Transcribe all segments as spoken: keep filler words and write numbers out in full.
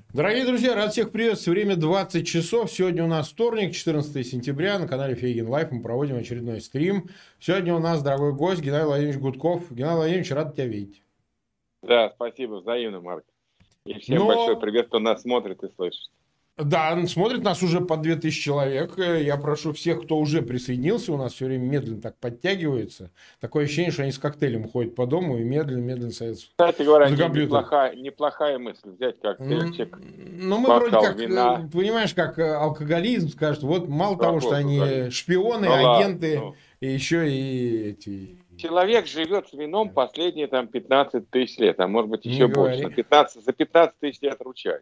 Дорогие друзья, рад всех приветствовать. Время двадцать часов. Сегодня у нас вторник, четырнадцатое сентября. На канале Фейгин Лайф мы проводим очередной стрим. Сегодня у нас дорогой гость Геннадий Владимирович Гудков. Геннадий Владимирович, рад тебя видеть. Да, спасибо, взаимно, Марк. И всем Но... большой привет, кто нас смотрит и слышит. Да, смотрит нас уже по две тысячи человек. Я прошу всех, кто уже присоединился, у нас все время медленно так подтягивается. Такое ощущение, что они с коктейлем ходят по дому и медленно-медленно садятся. Кстати говоря, неплохая, неплохая мысль взять коктейльчик. Ну, мы вроде как, вина. Понимаешь, как алкоголизм, скажет, вот мало Работу, того, что они говорит. шпионы, ну, агенты, ну. и еще и эти... Человек живет с вином последние там пятнадцать тысяч лет, а может быть еще Не больше. пятнадцать, за пятнадцать тысяч лет ручаюсь.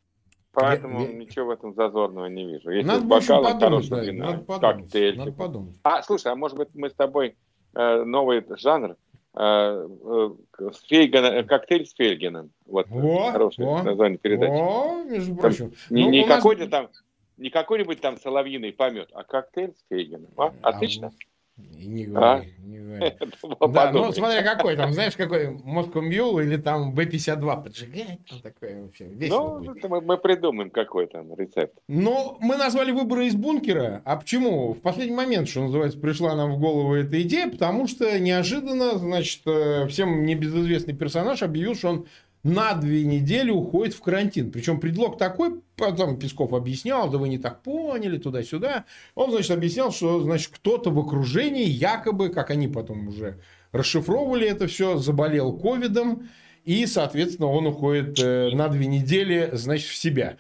Поэтому я, ничего в этом зазорного не вижу. Если надо бокалом подумать, да, вина, надо подумать, коктейль. Надо подумать. А, слушай, а может быть мы с тобой э, новый жанр э, э, с Фейгена, коктейль с Фейгеном. Вот о, хорошее о, название передачи. О, между прочим. Там, не, ну, не нас... какой-то там, не какой-нибудь там соловьиный помет, а коктейль с Фейгеном. А? Отлично. И не говори, а? не говори. Да, ну смотря какой, там, знаешь, какой Moscow Mule или там бэ пятьдесят два поджигать, там такое вообще весело ну, будет. Мы, мы придумаем какой там рецепт. Ну, мы назвали выборы из бункера, а почему? В последний момент, что называется, пришла нам в голову эта идея, потому что неожиданно, значит, всем небезызвестный персонаж объявил, что он на две недели уходит в карантин. Причем предлог такой, потом Песков объяснял, да вы не так поняли, туда-сюда. Он, значит, объяснял, что, значит, кто-то в окружении якобы, как они потом уже расшифровывали это все, заболел ковидом, и, соответственно, он уходит на две недели, значит, в себя.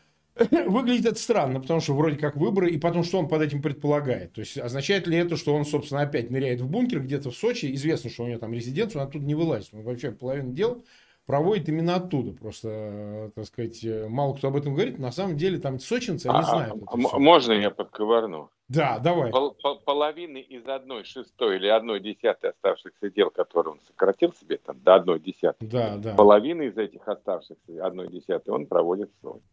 Выглядит это странно, потому что вроде как выборы, и потом, что он под этим предполагает. То есть, означает ли это, что он, собственно, опять ныряет в бункер где-то в Сочи, известно, что у него там резиденция, он оттуда не вылазит, он вообще половину дел проводит именно оттуда. Просто, так сказать, мало кто об этом говорит. На самом деле, там сочинцы, они а, знают а, это можно я подковырну? Да, давай. Пол, пол, половины из одной шестой или одной десятой оставшихся дел, которые он сократил себе там, до одной десятой, да, да. половина из этих оставшихся одной десятой он проводит в Сочи.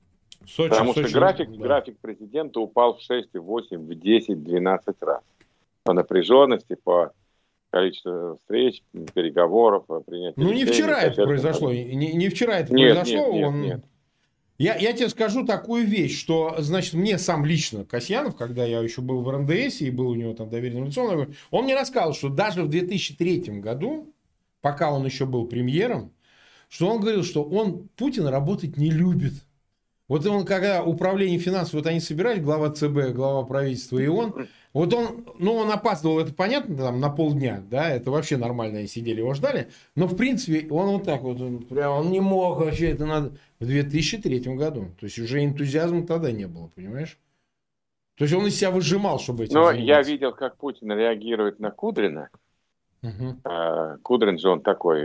Сочи Потому Сочи, что график, да. график президента упал в шесть, в восемь, в десять, двенадцать раз. По напряженности, по количество встреч, переговоров, принятия Ну, не решений, вчера это произошло. Не, не вчера это нет, произошло. Нет, нет, он... нет. Я, я тебе скажу такую вещь, что, значит, мне сам лично Касьянов, когда я еще был в эр эн дэ эсе и был у него там доверенным лицом, он мне рассказал, что даже в две тысячи третьем году, пока он еще был премьером, что он говорил, что он Путин работать не любит. Вот он, когда управление финансов, вот они собирались, глава цэ бэ, глава правительства, и он, вот он, ну, он опаздывал, это понятно, там, на полдня, да, это вообще нормально, они сидели, его ждали, но, в принципе, он вот так вот, он, прям, он не мог вообще, это надо, в две тысячи третьем году, то есть, уже энтузиазма тогда не было, понимаешь? То есть, он из себя выжимал, чтобы этим Но заниматься. Я видел, как Путин реагирует на Кудрина. Угу. Кудрин же он такой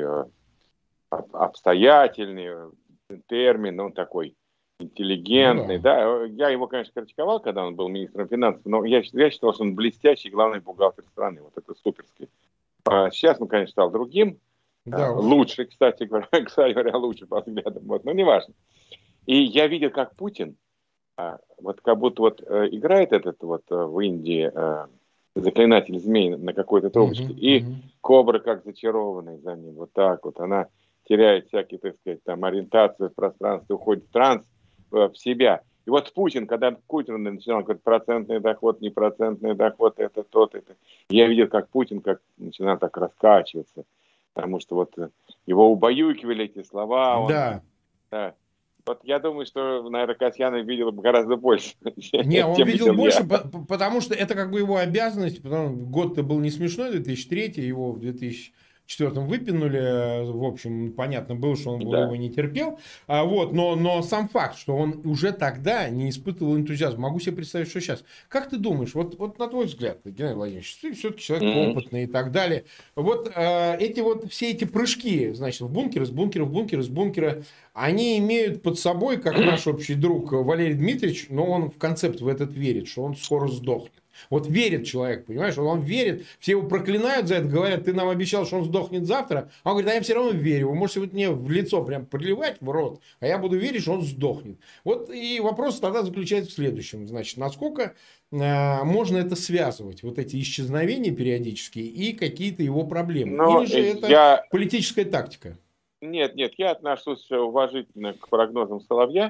обстоятельный термин, он такой интеллигентный, ну, да. да. Я его, конечно, критиковал, когда он был министром финансов, но я, я считал, что он блестящий главный бухгалтер страны. Вот это суперский. А сейчас он, конечно, стал другим. Да, а, лучше, кстати говоря, кстати говоря, лучше по взглядам. Вот, но неважно. И я видел, как Путин, а, вот как будто вот а, играет этот вот а, в Индии а, заклинатель змей на какой-то трубочке, uh-huh, и uh-huh. кобра как зачарованная за ним. Вот так вот. Она теряет всякие, так сказать, там, ориентацию в пространстве, уходит в транс, в себя. И вот Путин, когда Путин начинал говорить, процентный доход, непроцентный доход, это тот, это. Я видел, как Путин как начинал так раскачиваться, потому что вот его убаюкивали эти слова. Он, да. да. Вот я думаю, что, наверное, Касьянов видел гораздо больше. Не, он видел, видел больше, по- потому что это как бы его обязанность, потому год-то был не смешной, две тысячи третий, его в две тысячи четвертом выпинули, в общем, понятно было, что он да. его не терпел, а, вот, но, но сам факт, что он уже тогда не испытывал энтузиазма, могу себе представить, что сейчас. Как ты думаешь, вот, вот на твой взгляд, Геннадий Владимирович, ты все-таки человек mm-hmm. опытный и так далее, вот э, эти вот, все эти прыжки, значит, в бункер, из бункера в бункер, из бункера, они имеют под собой, как наш общий друг Валерий Дмитриевич, но он в концепт в этот верит, что он скоро сдохнет. Вот верит человек, понимаешь, он верит, все его проклинают за это, говорят, ты нам обещал, что он сдохнет завтра, а он говорит, а я все равно верю, вы можете вот мне в лицо прям проливать в рот, а я буду верить, что он сдохнет. Вот и вопрос тогда заключается в следующем, значит, насколько э, можно это связывать, вот эти исчезновения периодические и какие-то его проблемы, но или же это я... политическая тактика? Нет, нет, я отношусь уважительно к прогнозам Соловья.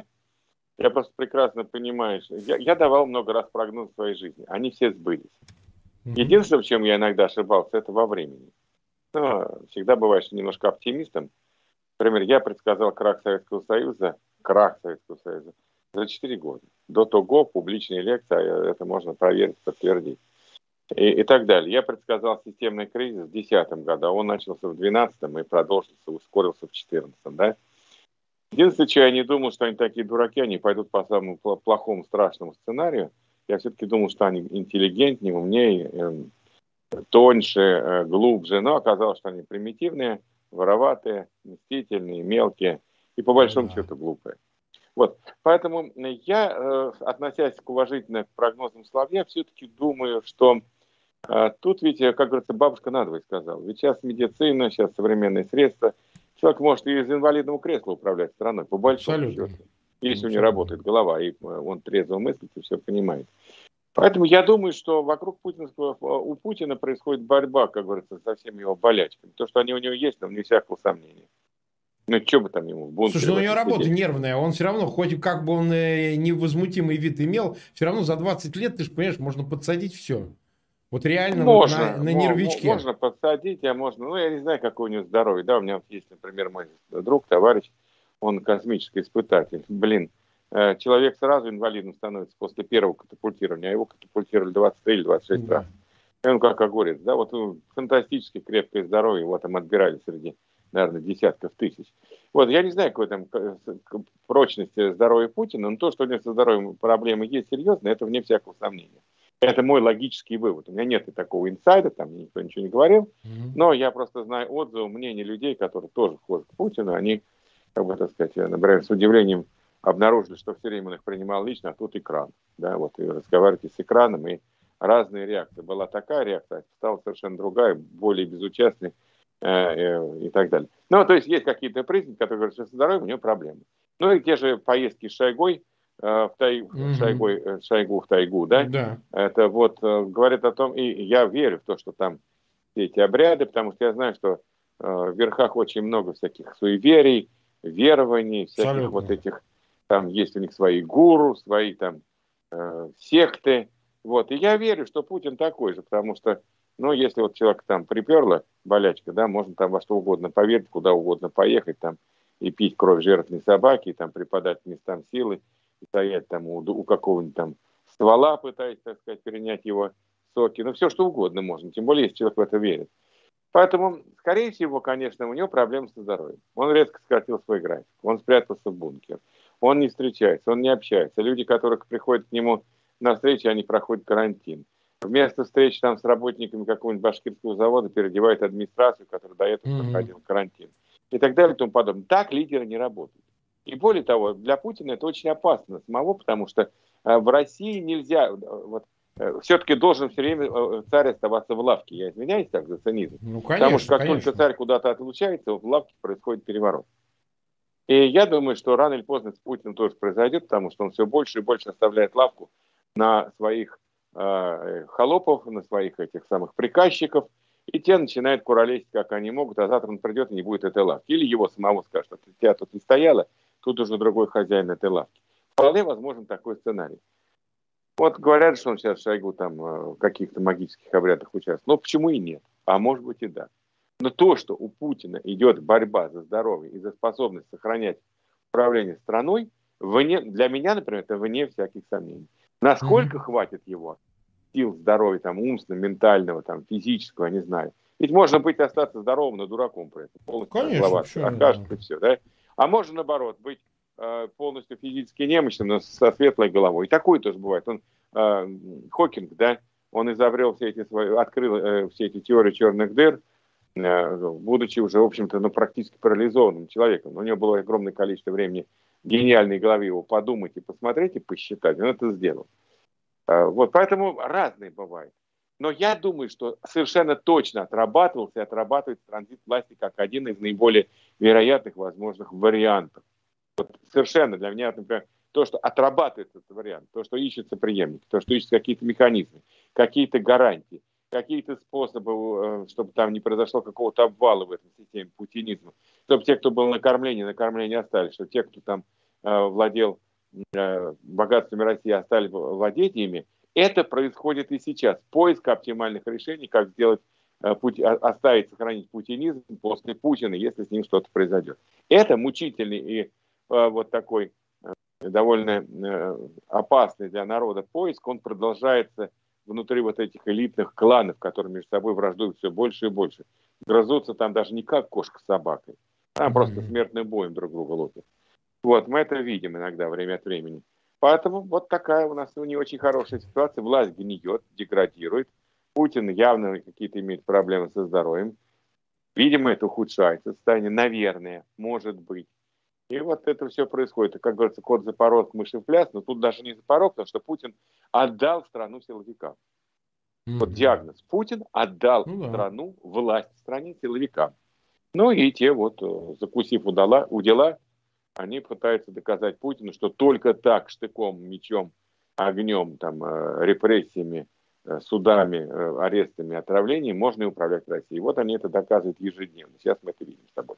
Я просто прекрасно понимаю, что я, я давал много раз прогноз в своей жизни. Они все сбылись. Мгм. Единственное, в чем я иногда ошибался, это во времени. Но всегда бываешь немножко оптимистом. Например, я предсказал крах Советского Союза, крах Советского Союза за четыре года. До того публичные лекции, это можно проверить, подтвердить. И, и так далее. Я предсказал системный кризис в две тысячи десятом году, а он начался в две тысячи двенадцатом и продолжился, ускорился в две тысячи четырнадцатом. Да? Единственное, что я не думал, что они такие дураки, они пойдут по самому плохому, страшному сценарию. Я все-таки думал, что они интеллигентнее, умнее, э, тоньше, э, глубже, но оказалось, что они примитивные, вороватые, мстительные, мелкие и по большому Да. счету глупые. Вот. Поэтому я, э, относясь к уважительно к прогнозам Соловья, все-таки думаю, что э, тут ведь, как говорится, бабушка надвое сказала. Ведь сейчас медицина, сейчас современные средства. Человек может и из инвалидного кресла управлять страной, по большому Абсолютно. счету. Если у него Абсолютно. работает голова, и он трезво мыслит и все понимает. Поэтому я думаю, что вокруг путинского, у Путина происходит борьба, как говорится, со всеми его болячками. То, что они у него есть, там не всякого сомнения. Ну, что бы там ему в Слушай, бункере ну в у него этом работа сидеть? нервная, он все равно, хоть как бы он э, невозмутимый вид имел, все равно за двадцать лет, ты же понимаешь, можно подсадить все. Вот реально вот на, Можно, на мо- мо- нервичке. можно подсадить, а можно, ну, я не знаю, какое у него здоровье, да, у меня вот есть, например, мой друг, товарищ, он космический испытатель, блин, э, человек сразу инвалидом становится после первого катапультирования, а его катапультировали двадцать три или двадцать шесть раз. Да. И он как огурец, да, вот ну, фантастически крепкое здоровье, его там отбирали среди, наверное, десятков тысяч. Вот, я не знаю, какой там к- к- прочности здоровья Путина, но то, что у него со здоровьем проблемы есть серьезно, это вне всякого сомнения. Это мой логический вывод. У меня нет и такого инсайда, там мне никто ничего не говорил, Мгм. но я просто знаю отзывы, мнения людей, которые тоже входят к Путину, они, как бы так сказать, например, с удивлением обнаружили, что все время он их принимал лично, а тут экран, да, вот, и разговариваете с экраном, и разные реакции. Была такая реакция, стала совершенно другая, более безучастной э, э, и так далее. Ну, то есть есть какие-то признаки, которые говорят, что со здоровьем у него проблемы. Ну и те же поездки с Шойгой, э, в тай... Мгм. Шойгой, э, Шойгу в тайгу, да, Да. это вот э, говорит о том, и я верю в то, что там все эти обряды, потому что я знаю, что э, в верхах очень много всяких суеверий, верований, всяких вот Абсолютно. этих, там есть у них свои гуру, свои там э, секты, вот, и я верю, что Путин такой же, потому что, ну, если вот человек там приперло, болячка, да, можно там во что угодно поверить, куда угодно поехать, там, и пить кровь жертвенной собаки, и там преподать местам силы, и стоять там у, у какого-нибудь там ствола, пытаясь, так сказать, перенять его соки, ну, все что угодно можно, тем более, если человек в это верит. Поэтому, скорее всего, конечно, у него проблемы со здоровьем. Он резко сократил свой график, он спрятался в бункер, он не встречается, он не общается. Люди, которые приходят к нему на встречи, они проходят карантин. Вместо встречи там с работниками какого-нибудь башкирского завода переодевают администрацию, которая до этого Мгм. проходила карантин. И так далее и тому подобное. Так лидеры не работают. И более того, для Путина это очень опасно самого, потому что э, в России нельзя, э, вот, э, все-таки должен все время э, царь оставаться в лавке. Я извиняюсь так за цинизм. Ну, Потому что конечно, как только конечно. царь куда-то отлучается, в лавке происходит переворот. И я думаю, что рано или поздно с Путиным тоже произойдет, потому что он все больше и больше оставляет лавку на своих э, холопов, на своих этих самых приказчиков, и те начинают куролесить, как они могут, а завтра он придет и не будет этой лавки. Или его самого скажут, что тебя тут не стояло, тут уже другой хозяин этой лавки. Вполне возможен такой сценарий. Вот говорят, что он сейчас Шойгу там э, в каких-то магических обрядах участвует. Но почему и нет? А может быть и да. Но то, что у Путина идет борьба за здоровье и за способность сохранять управление страной, вне, для меня, например, это вне всяких сомнений. Насколько Мгм. хватит его сил здоровья, там, умственного, ментального, там, физического, не знаю. Ведь можно быть остаться здоровым, но дураком при этом, полностью Конечно, озловаться, почему нет, да. откажется и все, да? А можно, наоборот, быть э, полностью физически немощным, но со светлой головой. И такое тоже бывает. Он, э, Хокинг, да, он изобрел все эти свои, открыл э, все эти теории черных дыр, э, будучи уже, в общем-то, ну, практически парализованным человеком. У него было огромное количество времени в гениальной голове его подумать и посмотреть, и посчитать. Он это сделал. Вот, поэтому разные бывают. Но я думаю, что совершенно точно отрабатывался и отрабатывает транзит власти как один из наиболее вероятных возможных вариантов. Вот совершенно для меня, например, то, что отрабатывается этот вариант, то, что ищется преемник, то, что ищется какие-то механизмы, какие-то гарантии, какие-то способы, чтобы там не произошло какого-то обвала в этом системе путинизма, чтобы те, кто был на кормлении, на кормлении остались, чтобы те, кто там э, владел э, богатствами России, остались владеть ими. Это происходит и сейчас. Поиск оптимальных решений, как сделать, э, пути, оставить, сохранить путинизм после Путина, если с ним что-то произойдет. Это мучительный и э, вот такой э, довольно э, опасный для народа поиск. Он продолжается внутри вот этих элитных кланов, которые между собой враждуют все больше и больше. Грызутся там даже не как кошка с собакой, там mm-hmm. просто смертным боем друг друга лупят. Вот, мы это видим иногда время от времени. Поэтому вот такая у нас не очень хорошая ситуация. Власть гниет, деградирует. Путин явно какие-то имеет проблемы со здоровьем. Видимо, это ухудшается состояние, наверное, может быть. И вот это все происходит. И, как говорится, кот за порог, мыши в пляс. Но тут даже не за порог, потому что Путин отдал страну силовикам. Mm-hmm. Вот диагноз. Путин отдал mm-hmm. страну, власть в стране силовикам. Ну и те вот, закусив удала, удила, они пытаются доказать Путину, что только так, штыком, мечом, огнем, там, репрессиями, судами, арестами, отравлениями можно и управлять Россией. Вот они это доказывают ежедневно. Сейчас мы это видим с тобой.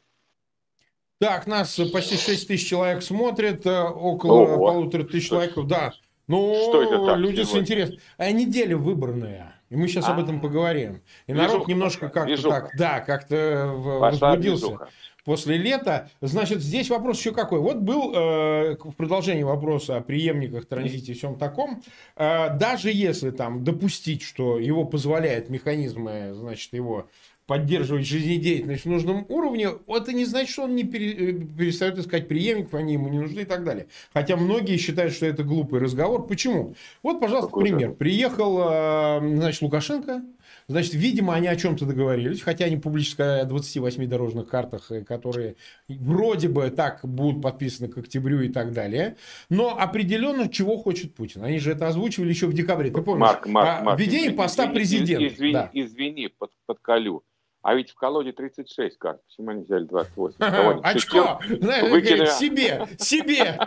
Так, нас почти шесть тысяч человек смотрят, около Ого. полутора тысяч лайков, да. Ну, что это так, люди сегодня? С интересом. А неделя выборная, и мы сейчас А-а-а. об этом поговорим. И движуха народ немножко как-то движуха. так, да, как-то Пошла возбудился движуха. после лета. Значит, здесь вопрос еще какой. Вот был э, в продолжении вопроса о преемниках, транзите и всем таком. Э, даже если там допустить, что его позволяют механизмы, значит, его поддерживать жизнедеятельность в нужном уровне, это не значит, что он не перестает искать преемников, они ему не нужны и так далее. Хотя многие считают, что это глупый разговор. Почему? Вот, пожалуйста, Какой пример. Же? Приехал, значит, Лукашенко. Значит, видимо, они о чем-то договорились, хотя они публично сказали о двадцати восьми дорожных картах, которые вроде бы так будут подписаны к октябрю и так далее. Но определенно, чего хочет Путин. Они же это озвучивали еще в декабре. Ты помнишь? Марк, Марк, Марк, введение извини, поста извини, президента. Извини, да. извини под, подколю. А ведь в колоде тридцать шесть карт. Почему они взяли двадцать восемь? Очко! Знаешь, себе! Себе!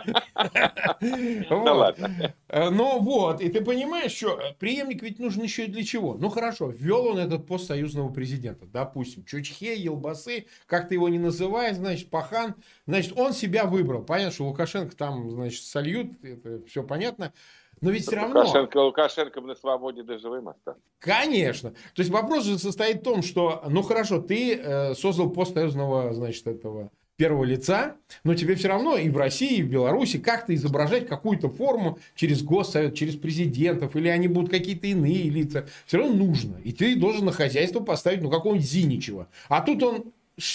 Ну ладно. Ну вот, и ты понимаешь, что преемник ведь нужен еще и для чего? Ну хорошо, ввел он этот пост союзного президента, допустим, Чучхе, Елбасы, как ты его не называй, значит, Пахан, значит, он себя выбрал. Понятно, что Лукашенко там, значит, сольют, это все понятно. Но ведь все равно... Лукашенко, Лукашенко на свободе даже живым остался. Конечно. То есть вопрос же состоит в том, что, ну хорошо, ты э, создал пост союзного, значит, этого первого лица, но тебе все равно и в России, и в Беларуси как-то изображать какую-то форму через госсовет, через президентов, или они будут какие-то иные лица. Все равно нужно. И ты должен на хозяйство поставить, ну, какого-нибудь Зиничева. А тут он...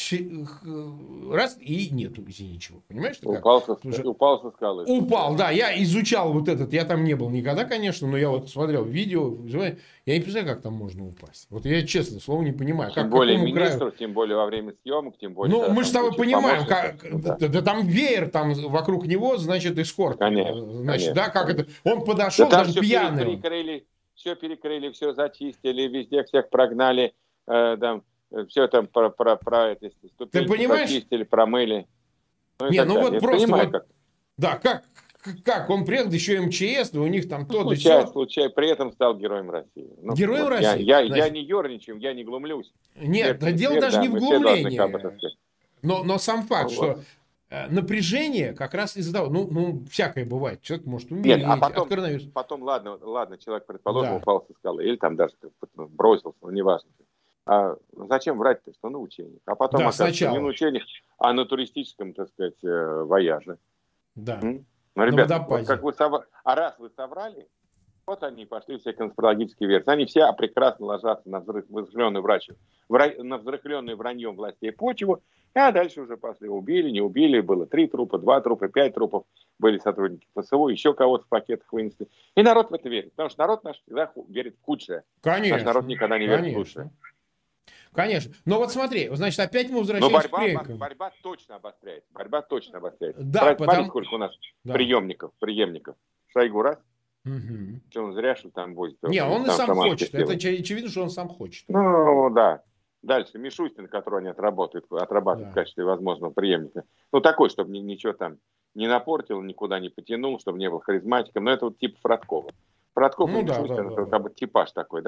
раз и нету Зиничева, понимаешь? Упал, со, Уже... упал со скалы. Упал, да, я изучал вот этот, я там не был никогда, конечно, но я вот смотрел видео, я не представляю, как там можно упасть. Вот я честно, слово не понимаю. Тем как, более министров, краю... тем более во время съемок, тем более... Ну, мы же с тобой понимаем, как... да. Да, да там веер, там вокруг него, значит, эскорт. Конечно, значит, конечно. Да, как это, он подошел, да, даже все пьяный. Перекрыли, все перекрыли, все зачистили, везде всех прогнали, э, там... Все там про, про, про это, ступеньки прочистили, промыли. Ну, не, ну вот Я просто... Понимаю, вот, как. Да, как, как? Он приехал, еще МЧС, у них там ну, то, да сё. Случай, при этом стал героем России. Ну, героем вот, России? Я, я, я не ерничаю, я не глумлюсь. Нет, да, дело даже да, не в глумлении. Но, но сам факт, ну, что вот. напряжение как раз из-за того, ну, ну, всякое бывает. Человек может умереть Нет, а потом, от коронавируса. Потом, ладно, ладно, человек, предположим, да. упал со скалы, или там даже бросился, ну, неважно. А зачем врать-то, что на учениях? А потом, да, оказывается, не на учениях, а на туристическом, так сказать, вояже. Да. М? Ну, ребята, вот как вы соврали, а раз вы соврали, вот они пошли все конспирологические версии. Они все прекрасно ложатся на взрыхленную врачу, на взрыхленную враньем властей почву, а дальше уже пошли. Убили, не убили, было три трупа, два трупа, пять трупов, были сотрудники ПСО, еще кого-то в пакетах вынесли. И народ в это верит, потому что народ наш всегда верит в худшее. Конечно. Наш народ никогда не верит в лучшее. Конечно. Но вот смотри, значит, опять мы возвращаемся борьба, к преемникам. Борьба точно обостряется. Борьба точно обостряется. Да, Смотри, потому... сколько у нас да. преемников, преемников. Шойгу раз. Угу. Что он зря, что там возит. Не, он там и сам хочет. Это очевидно, что он сам хочет. Ну, да. Дальше Мишустин, который они отработают, отрабатывают да. в качестве возможного преемника. Ну, такой, чтобы ничего там не напортил, никуда не потянул, чтобы не был харизматиком. Но это вот типа Фродкова. Фродков ну, и да, Мишустин, да, это да. как бы типаж такой, да?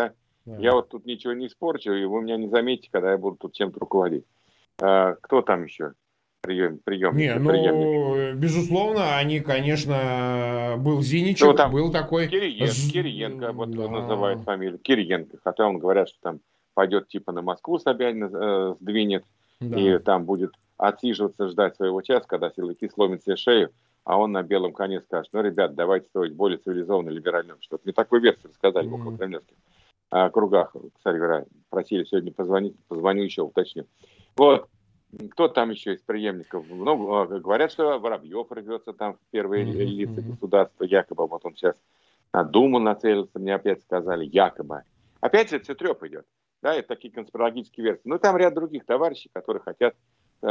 Да. Я вот тут ничего не испорчу, и вы меня не заметите, когда я буду тут чем-то руководить. А, кто там еще? Прием, приемник. Не, ну, приемник. Безусловно, они, конечно, был Зиничев, ну, там был такой... Кириенко, Кириенко вот да. называют фамилию. Кириенко, хотя он говорят, что там пойдет типа на Москву Собянин э, сдвинет, да. и там будет отсиживаться, ждать своего часа, когда силовики сломят себе шею, а он на белом коне скажет: ну, ребят, давайте строить более цивилизованно, либерально. Что-то мне такую версию рассказали mm-hmm. в около кремлевских а, кругах. Кстати говоря, просили сегодня позвонить, позвоню еще, уточню. Вот. Кто там еще из преемников? Ну, говорят, что Воробьев рвется там в первые mm-hmm. лица государства, якобы. Вот он сейчас на Думу нацелился, мне опять сказали, якобы. Опять же, все треп идет. Да, это такие конспирологические версии. Ну, там ряд других товарищей, которые хотят э,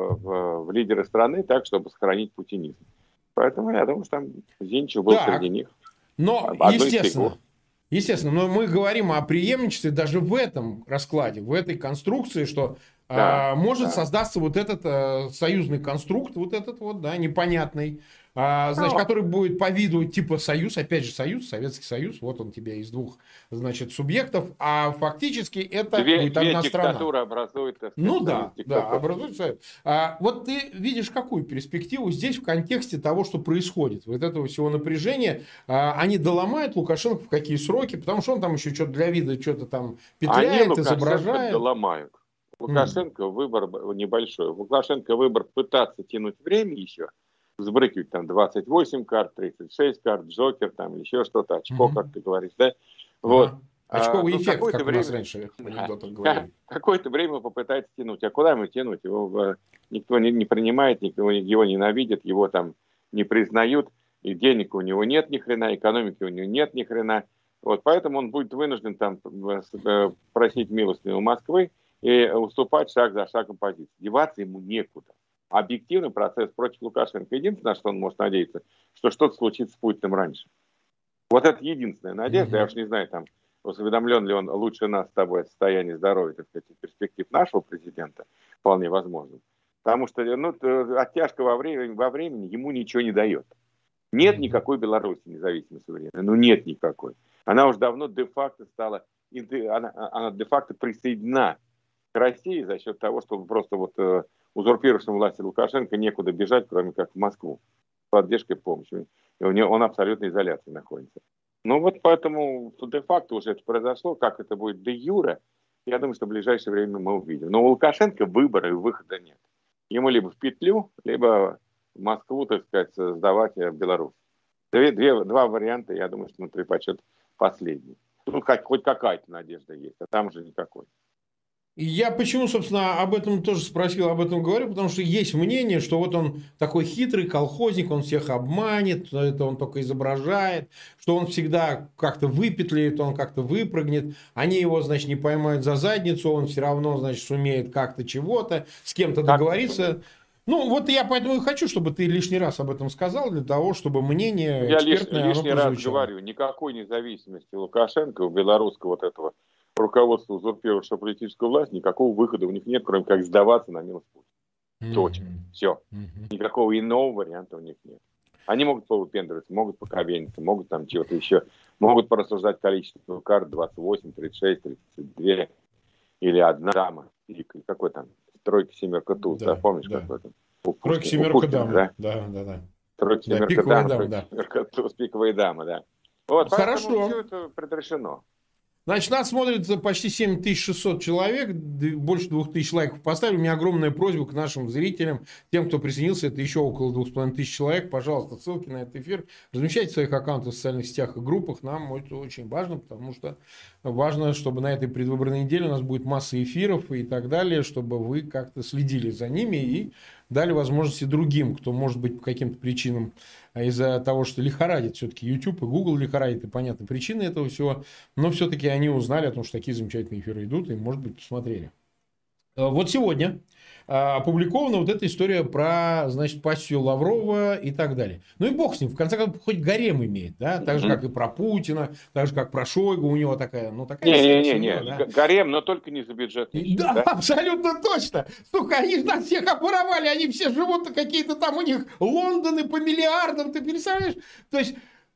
в, в лидеры страны так, чтобы сохранить путинизм. Поэтому я думаю, что там Зиничев был так. среди них. Но, естественно, естественно, но мы говорим о преемничестве даже в этом раскладе, в этой конструкции, что да, а, может да. создаться вот этот а, союзный конструкт, вот этот вот, да, непонятный, а, значит, ну, который будет по виду типа союз, опять же союз, Советский Союз, вот он тебя из двух, значит, субъектов, а фактически это две, будет две одна страна. Диктатура образует, так сказать, ну да, да, образуется. А, вот ты видишь какую перспективу здесь в контексте того, что происходит, вот этого всего напряжения, а, они доломают Лукашенко в какие сроки, потому что он там еще что-то для вида что-то там петляет, они изображает. Доломают. Лукашенко mm. выбор небольшой. Лукашенко выбор пытаться тянуть время еще, взбрыкивать там двадцать восемь карт, тридцать шесть карт, Джокер, там еще что-то, очко, mm-hmm. как ты говоришь, да? Вот. А, очковый а, эффект, как время... у нас раньше в анекдотах говорили. Какое-то время попытается тянуть. А куда ему тянуть? Его никто не, не принимает, никто его ненавидит, его там не признают, и денег у него нет ни хрена, экономики у него нет ни хрена. Вот, поэтому он будет вынужден там просить милостыню у Москвы и уступать шаг за шагом позиции. Деваться ему некуда. Объективный процесс против Лукашенко. Единственное, на что он может надеяться, что что-то случится с Путиным раньше. Вот это единственная надежда. Mm-hmm. Я уж не знаю, там, осведомлен ли он лучше нас с тобой о состоянии здоровья, так сказать, перспектив нашего президента. Вполне возможно. Потому что ну, оттяжка во времени, во времени ему ничего не дает. Нет mm-hmm. никакой Беларуси независимой суверенной. Ну нет никакой. Она уже давно де-факто стала, она, она де-факто присоединена к России за счет того, что просто вот э, узурпировавшим власти Лукашенко некуда бежать, кроме как в Москву. С поддержкой и помощью. И у него, он абсолютно в изоляции находится. Ну вот поэтому де-факто уже это произошло. Как это будет де-юре, я думаю, что в ближайшее время мы увидим. Но у Лукашенко выбора и выхода нет. Ему либо в петлю, либо в Москву, так сказать, сдавать в Беларусь. Две, две, два варианта, я думаю, что мы предпочтем последний. Ну, как, хоть какая-то надежда есть, а там уже никакой. Я почему, собственно, об этом тоже спросил, об этом говорю, потому что есть мнение, что вот он такой хитрый колхозник, он всех обманет, это он только изображает, что он всегда как-то выпетлит, он как-то выпрыгнет, они его, значит, не поймают за задницу, он все равно, значит, сумеет как-то чего-то, с кем-то договориться. Ну, вот я поэтому и хочу, чтобы ты лишний раз об этом сказал, для того, чтобы мнение я экспертное, лиш, лишний раз говорю, никакой независимости Лукашенко у белорусского вот этого руководства узурпировавшего политическую власть, никакого выхода у них нет, кроме как сдаваться на милость Путина. Mm-hmm. Точка. Все. Mm-hmm. Никакого иного варианта у них нет. Они могут повыпендриваться, могут покровениться, могут там чего-то еще, могут порассуждать количество карт двадцать восемь, тридцать шесть, тридцать два или одна дама. Или какой там? Тройка, семерка, туз, да, да, помнишь, да. Какой там? Тройка, семерка, дама, да? Да, да, да. Тройка, семерка, да, пиковая дама, дама, да. Семерка, туз, пиковая дама, да. Вот, хорошо. Все это предрешено. Значит, нас смотрит почти семь тысяч шестьсот человек, больше двух тысяч лайков поставили. У меня огромная просьба к нашим зрителям, тем, кто присоединился, это еще около двух с половиной тысяч человек. Пожалуйста, ссылки на этот эфир размещайте в своих аккаунтах в социальных сетях и группах. Нам это очень важно, потому что важно, чтобы на этой предвыборной неделе у нас будет масса эфиров и так далее, чтобы вы как-то следили за ними и дали возможности другим, кто, может быть, по каким-то причинам, из-за того, что лихорадит все-таки YouTube и Google лихорадит, и понятны причины этого всего, но все-таки они узнали о том, что такие замечательные эфиры идут, и, может быть, посмотрели. Вот сегодня опубликована вот эта история про, значит, пассию Лаврова и так далее. Ну и бог с ним, в конце концов, хоть гарем имеет, да, так же, mm-hmm. как и про Путина, так же, как про Шойгу, у него такая, ну, такая... Не-не-не, да? Гарем, но только не за бюджетные. Да, да, абсолютно точно. Сука, они же нас всех обворовали, они все живут какие-то там, у них Лондоны по миллиардам, ты представляешь? То есть...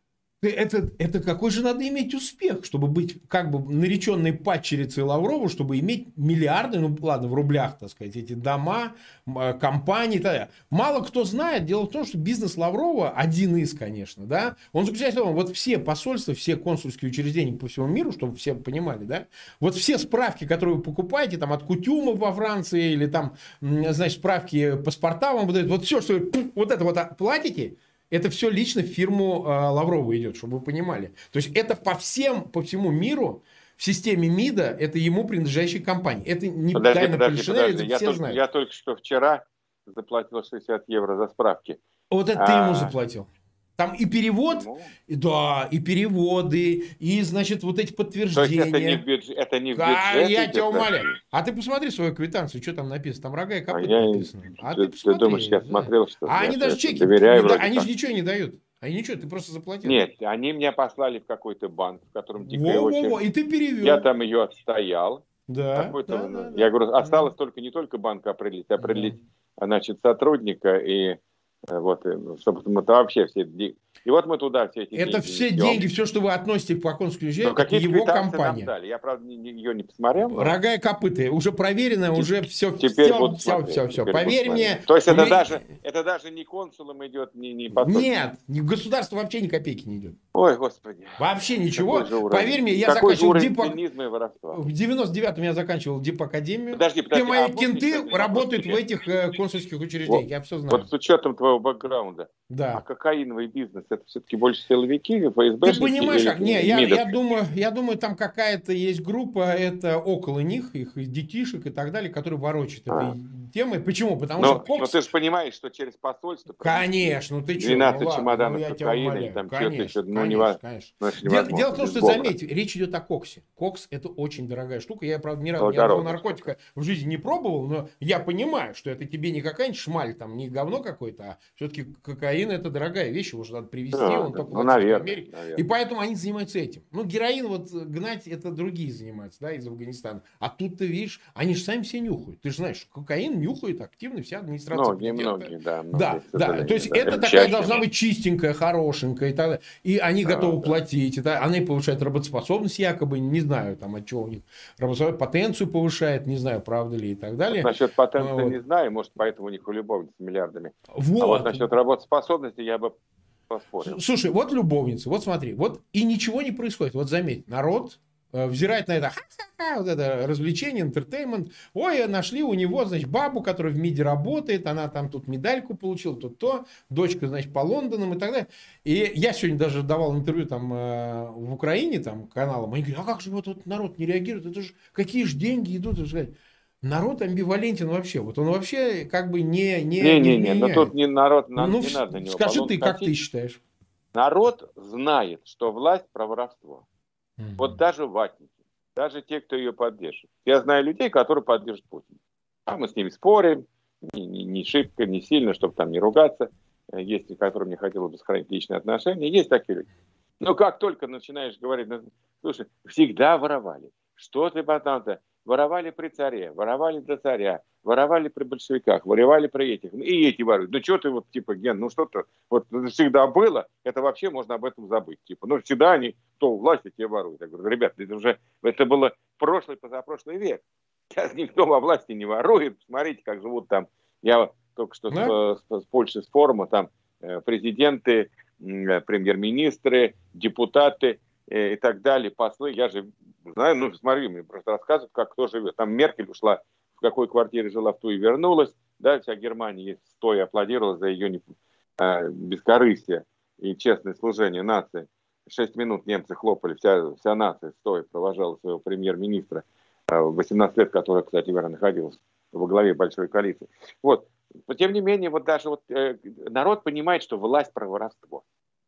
Это, это какой же надо иметь успех, чтобы быть как бы нареченной падчерицей Лаврову, чтобы иметь миллиарды, ну ладно, в рублях, так сказать, эти дома, компании и так далее. Мало кто знает. Дело в том, что бизнес Лаврова, один из, конечно, да, он заключается в том, вот все посольства, все консульские учреждения по всему миру, чтобы все понимали, да, вот все справки, которые вы покупаете, там, от Кутюма во Франции, или там, значит, справки, паспорта вам выдают, вот все, что вы вот это вот платите, это все лично в фирму э, Лаврова идет, чтобы вы понимали. То есть это по всем, по всему миру в системе МИДа это ему принадлежащая компания. Это не подожди, тайна подожди, Полишинеля, подожди. это Я все только, знают. я только что вчера заплатил шестьдесят евро за справки. Вот это а... ты ему заплатил. Там и перевод, Ему? и, да, и переводы, и, значит, вот эти подтверждения. То есть это не в, бюдж... это не в бюджет? А, я тебя умоляю. А ты посмотри свою квитанцию, что там написано. Там рога и копыта а написано. Я... А ты, ты посмотри. ты думаешь, я да. смотрел, что А я они даже чеки, доверяю, не, вроде они как. же ничего не дают. Они ничего, ты просто заплатил. Нет, они меня послали в какой-то банк, в котором дикая очередь. Во-во-во, и ты перевел. Я там ее отстоял. Да, да, да, Я да, говорю, да. осталось только не только банк определить, а определить, да. значит, сотрудника и вот, чтобы мы вообще все... И вот мы туда все эти это деньги все несем. деньги, все, что вы относите к Поконскому учреждению, ну, это его компания. Дали. Я, правда, ее не посмотрел. Но... Рога и копыты. Уже проверено, Теперь, уже все. Теперь все, все, все, все. Поверь мне. То есть это, мне... даже, это даже не консулом идет, не, не посольством? Нет, государство вообще ни копейки не идет. Ой, Господи. Вообще ничего. Поверь мне, я Какой заканчивал дип... В девяносто девятом я заканчивал дипакадемию. Подожди, подожди. Все мои а кенты работают в этих консульских учреждениях. Вот, я все знаю. Вот с учетом твоего бэкграунда. Да. А кокаиновый бизнес, это все-таки больше силовики, ФСБ? Ты понимаешь, как? Не, я, я, думаю, я думаю, там какая-то есть группа, это около них, их детишек и так далее, которые ворочают а. этой темой. Почему? Потому но, что Кокс... Но ты же понимаешь, что через посольство... Конечно, ну ты что? двенадцать ну, чемоданов ну, кокаина, и там конечно, что-то еще... Ну, конечно, конечно. Ну, дело, дело в том, что, заметь, речь идет о Коксе. Кокс – это очень дорогая штука. Я, правда, ни разу ни одного наркотика в жизни не пробовал, но я понимаю, что это тебе не какая-нибудь шмаль, там, не говно какое-то, а все-таки кокаин – это дорогая вещь, его же надо привезти, да, он да, только ну, в наверное, Америке. Наверное. И поэтому они занимаются этим. Ну, героин вот гнать – это другие занимаются, да, из Афганистана. А тут ты видишь, они же сами все нюхают. Ты же знаешь, кокаин нюхает активно вся администрация. Многие, многие, да. Многие, да, да. То есть да, это такая должна быть чистенькая, хорошенькая и так далее. И они а, готовы да. платить. Это, они повышают работоспособность якобы, не знаю, там, от чего у них работоспособность, потенцию повышает, не знаю, правда ли и так далее. Вот насчет потенции вот. не знаю, может, поэтому у них у любовниц миллиардами. Вот. А вот насчет работоспособности я бы поспорил. Слушай, вот любовницы, вот смотри, вот и ничего не происходит. Вот заметь, народ взирает на это, ха-ха-ха, вот это развлечение, интертеймент. Ой, нашли у него, значит, бабу, которая в МИДе работает, она там тут медальку получила, тут то, дочка, значит, по Лондонам и так далее. И я сегодня даже давал интервью там э, в Украине, там, каналам, они говорят, а как же вот этот народ не реагирует, это же, какие же деньги идут, и сказать, народ амбивалентен вообще, вот он вообще как бы не не не не, не, не но тут не народ, ну, не надо на него. Скажи ты, как ты считаешь? Народ знает, что власть про воровство. Mm-hmm. Вот даже ватники, даже те, кто ее поддерживает. Я знаю людей, которые поддерживают Путина. А мы с ними спорим, не, не, не шибко, не сильно, чтобы там не ругаться. Есть, с которыми мне хотелось бы сохранить личные отношения. Есть такие люди. Но как только начинаешь говорить, ну, слушай, всегда воровали. Что ты потом-то? Воровали при царе, воровали до царя, воровали при большевиках, воровали при этих. И эти воруют. Ну что ты вот, типа, Ген, ну что-то вот всегда было, это вообще можно об этом забыть. Типа, ну всегда они, кто у власти, те воруют. Я говорю, ребят, это уже, это было прошлый, позапрошлый век. Сейчас никто во власти не ворует. Смотрите, как живут там. Я только что да? с, с, с Польши, с форума, там президенты, премьер-министры, депутаты и так далее, послы. Я же знаю, ну, смотри, мне просто рассказывают, как кто живет. Там Меркель ушла, в какой квартире жила, в ту и вернулась. Да, вся Германия стоя аплодировала за ее не, а, бескорыстие и честное служение нации. Шесть минут немцы хлопали, вся, вся нация стоя провожала своего премьер-министра, восемнадцать лет, который, кстати, верно, находился во главе большой коалиции. Вот. Но, тем не менее, вот даже вот, э, народ понимает, что власть про воровство.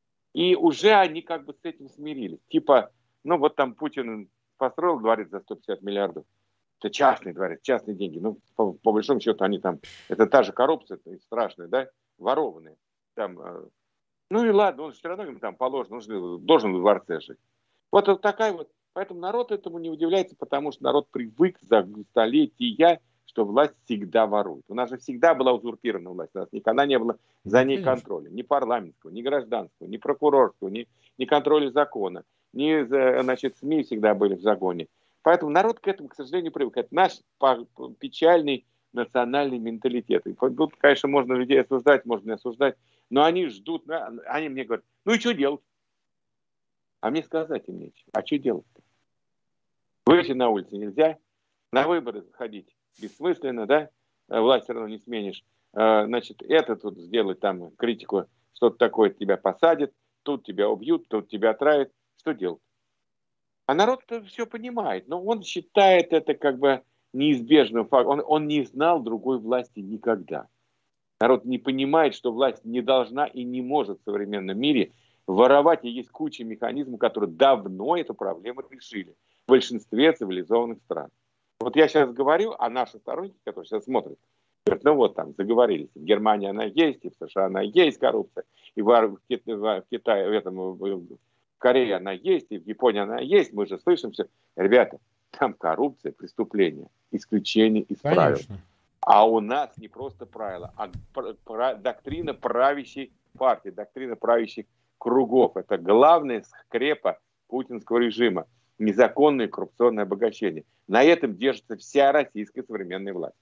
И уже они как бы с этим смирились. Типа, ну вот там Путин построил дворец за сто пятьдесят миллиардов. Это частный дворец, частные деньги. Ну, по, по большому счету, они там... Это та же коррупция страшная, да? Ворованные. Там, э, ну и ладно, он все равно им там положено, он же должен в дворце жить. Вот, вот такая вот... Поэтому народ этому не удивляется, потому что народ привык за столетия, что власть всегда ворует. У нас же всегда была узурпирована власть. У нас никогда не было за ней Конечно. контроля. Ни парламентского, ни гражданского, ни прокурорского, ни, ни контроля закона. Ни, значит, СМИ всегда были в загоне. Поэтому народ к этому, к сожалению, привык. Это наш печальный национальный менталитет. И тут, конечно, можно людей осуждать, можно не осуждать, но они ждут, они мне говорят, ну и что делать? А мне сказать им нечего. А что делать-то? Выйти на улицу нельзя, на выборы ходить бессмысленно, да? Власть все равно не сменишь. Значит, это тут сделать там критику, что-то такое тебя посадят, тут тебя убьют, тут тебя отравят. Что делать? А народ-то все понимает, но он считает это как бы неизбежным фактом. Он, он не знал другой власти никогда. Народ не понимает, что власть не должна и не может в современном мире воровать. И есть куча механизмов, которые давно эту проблему решили в большинстве цивилизованных стран. Вот я сейчас говорю, а наши сторонники, которые сейчас смотрят, говорят, ну вот там заговорились. В Германии она есть, и в США она есть коррупция, и в Китае, в этом, в Корее она есть, и в Японии она есть. Мы же слышим все. Ребята, там коррупция, преступление, исключение из правил. А у нас не просто правила, а доктрина правящей партии, доктрина правящих кругов. Это главная скрепа путинского режима. Незаконное коррупционное обогащение. На этом держится вся российская современная власть.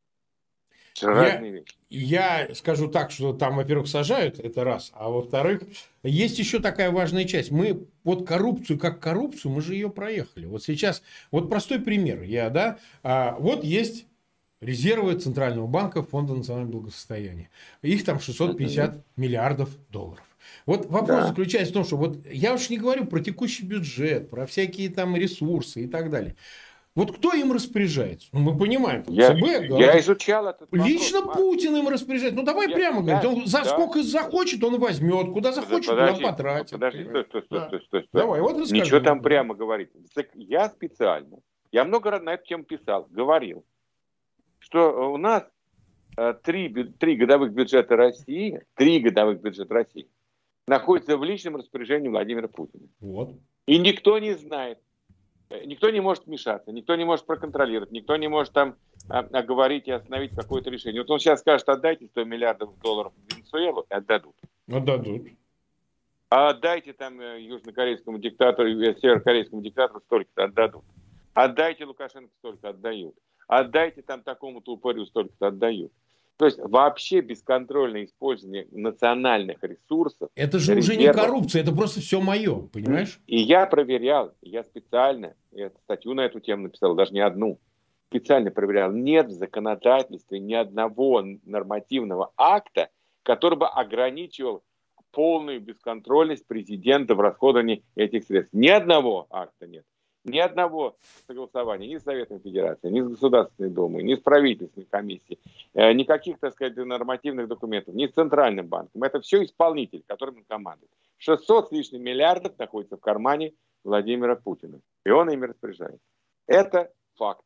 Я, я скажу так, что там, во-первых, сажают, это раз, а во-вторых, есть еще такая важная часть. Мы вот коррупцию как коррупцию, мы же ее проехали. Вот сейчас, вот простой пример. Я, да, а, вот есть резервы Центрального банка, Фонда национального благосостояния. Их там шестьсот пятьдесят uh-huh. миллиардов долларов. Вот вопрос да. заключается в том, что вот я уж не говорю про текущий бюджет, про всякие там ресурсы и так далее. Вот кто им распоряжается? Ну, мы понимаем. Я, ЦБ, я изучал этот вопрос. Лично Марк. Путин им распоряжается. Ну, давай я, прямо говорить. Он за да. сколько захочет, он возьмет. Куда захочет, подожди, туда потратит. Подожди, стой, стой, стой, да. стой, стой, стой. Давай, вот расскажи. Ничего там прямо говорить. Я специально, я много раз на эту тему писал, говорил, что у нас э, три, три годовых бюджета России, три годовых бюджета России находятся в личном распоряжении Владимира Путина. Вот. И никто не знает. Никто не может вмешаться, никто не может проконтролировать, никто не может там оговорить и остановить какое-то решение. Вот он сейчас скажет, отдайте сто миллиардов долларов в Венесуэлу, и отдадут. Отдадут. А отдайте там южнокорейскому диктатору, северокорейскому диктатору столько-то, отдадут. Отдайте Лукашенко столько, отдают. Отдайте там такому-то упырю столько-то, отдают. То есть вообще бесконтрольное использование национальных ресурсов. Это же резервов. Уже не коррупция, это просто все мое, понимаешь? И я проверял, я специально, я статью на эту тему написал, даже не одну, специально проверял. Нет в законодательстве ни одного нормативного акта, который бы ограничивал полную бесконтрольность президента в расходовании этих средств. Ни одного акта нет. Ни одного согласования ни с Советом Федерации, ни с Государственной Думой, ни с правительственной комиссией, э, никаких, так сказать, нормативных документов, ни с Центральным банком. Это все исполнитель, которым он командует. шестьсот с лишним миллиардов находится в кармане Владимира Путина. И он ими распоряжается. Это факт.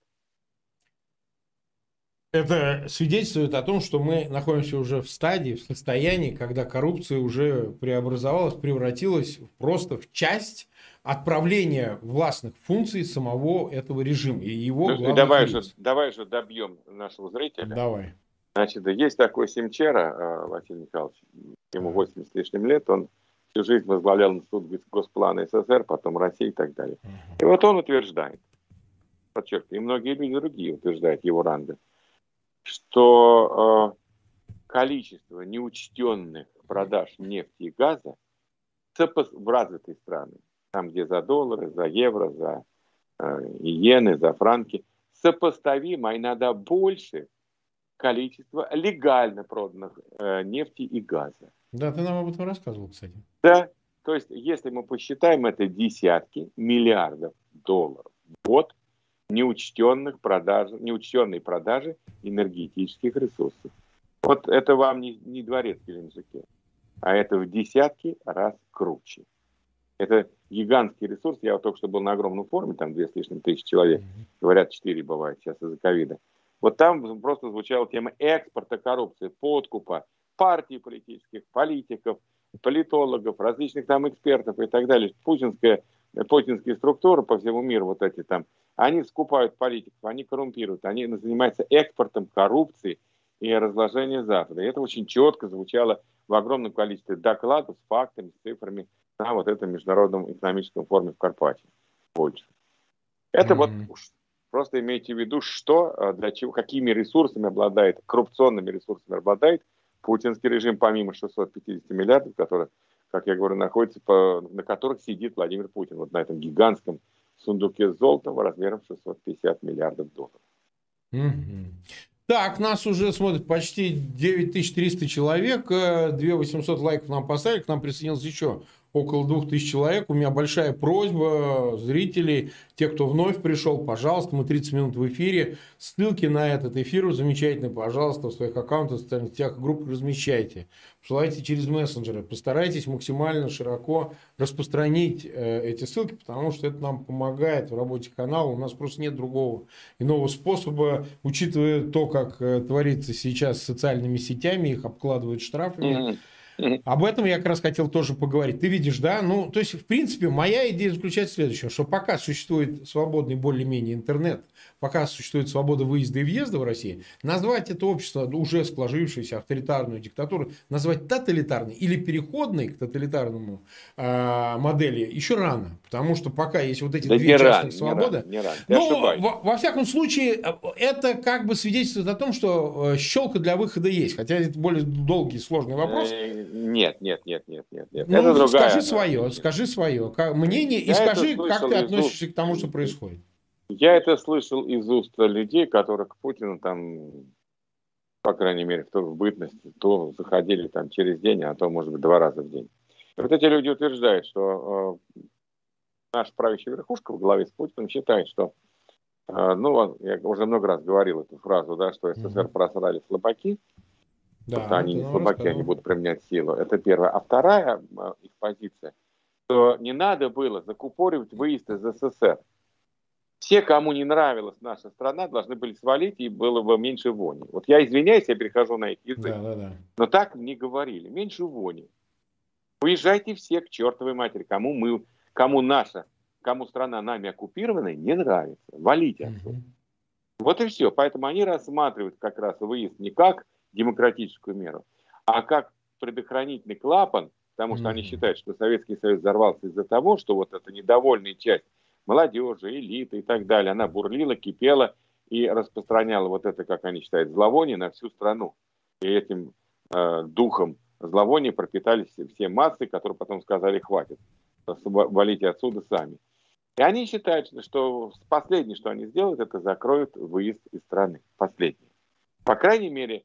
Это свидетельствует о том, что мы находимся уже в стадии, в состоянии, когда коррупция уже преобразовалась, превратилась просто в часть отправления властных функций самого этого режима и его ну, главных давай лиц. же, давай же добьем нашего зрителя. Давай. Значит, есть такой Семчера, Василий Михайлович, ему восемьдесят с лишним лет, он всю жизнь возглавлял Институт Госплана СССР, потом России и так далее. Uh-huh. И вот он утверждает, подчеркиваю, и многие люди другие утверждают его ранга, что э, количество неучтенных продаж нефти и газа в развитые страны, там, где за доллары, за евро, за э, иены, за франки, сопоставимо, а иногда больше количества легально проданных э, нефти и газа. Да, ты нам об этом рассказывал, кстати. Да, то есть, если мы посчитаем, это десятки миллиардов долларов в год неучтенных продаж, неучтенной продажи энергетических ресурсов. Вот это вам не, не дворец в Геленджике, а это в десятки раз круче. Это гигантский ресурс. Я вот только что был на огромном форуме, там две с лишним тысячи человек. Говорят, четыре бывает сейчас из-за ковида. Вот там просто звучала тема экспорта коррупции, подкупа партий политических, политиков, политологов, различных там экспертов и так далее. Путинская путинские структуры по всему миру, вот эти там, они скупают политиков, они коррумпируют, они занимаются экспортом коррупции и разложением Запада. И это очень четко звучало в огромном количестве докладов с фактами, с цифрами на вот этом международном экономическом форуме в Карпатии, в Польше. Это mm-hmm. вот просто имейте в виду, что, для чего, какими ресурсами обладает, коррупционными ресурсами обладает путинский режим, помимо шестисот пятидесяти миллиардов, которые, как я говорю, находятся, по, на которых сидит Владимир Путин, вот на этом гигантском сундуке с золотом размером шестьсот пятьдесят миллиардов долларов. Mm-hmm. Так, нас уже смотрит почти девять тысяч триста человек, две тысячи восемьсот лайков нам поставили, к нам присоединилось еще около двух тысяч человек. У меня большая просьба зрителей, те, кто вновь пришел, пожалуйста, мы тридцать минут в эфире. Ссылки на этот эфир замечательно, пожалуйста, в своих аккаунтах, в социальных сетях, группах размещайте. Посылайте через мессенджеры. Постарайтесь максимально широко распространить э, эти ссылки, потому что это нам помогает в работе канала. У нас просто нет другого иного способа, учитывая то, как э, творится сейчас с социальными сетями, их обкладывают штрафами. Mm-hmm. Об этом я как раз хотел тоже поговорить. Ты видишь, да? Ну, то есть, в принципе, моя идея заключается в следующем, что пока существует свободный более-менее интернет, пока существует свобода выезда и въезда в России, назвать это общество, уже сложившееся авторитарную диктатуру, назвать тоталитарной или переходной к тоталитарному э, модели еще рано. Потому что пока есть вот эти да две частных свободы. Не рано, но, во, во всяком случае, это как бы свидетельствует о том, что щелка для выхода есть. Хотя это более долгий, сложный вопрос. Нет, нет, нет, нет, нет, нет. Ну, это другая, скажи свое, нет. скажи свое мнение и я скажи, как ты относишься уст... к тому, что происходит. Я это слышал из уст людей, которые к Путину там, по крайней мере, в, то, в бытность, то заходили там через день, а то, может быть, два раза в день. И вот эти люди утверждают, что э, наша правящая верхушка в главе с Путиным считает, что, э, ну, я уже много раз говорил эту фразу, да, что СССР mm-hmm. просрали слабаки. Да, что они не слабаки, рассказал. Они будут применять силу. Это первое. А вторая их позиция, что не надо было закупоривать выезд из СССР. Все, кому не нравилась наша страна, должны были свалить, и было бы меньше вони. Вот я извиняюсь, я перехожу на их язык. Да, да, да. Но так не говорили. Меньше вони. Уезжайте все к чертовой матери. Кому мы, кому наша, кому страна нами оккупированная, не нравится. Валите отсюда. Угу. Вот и все. Поэтому они рассматривают как раз выезд не как демократическую меру, а как предохранительный клапан, потому что mm-hmm. они считают, что Советский Союз взорвался из-за того, что вот эта недовольная часть молодежи, элиты и так далее, она бурлила, кипела и распространяла вот это, как они считают, зловоние на всю страну. И этим э, духом зловония пропитались все массы, которые потом сказали, хватит, валите отсюда сами. И они считают, что последнее, что они сделают, это закроют выезд из страны. Последнее. По крайней мере,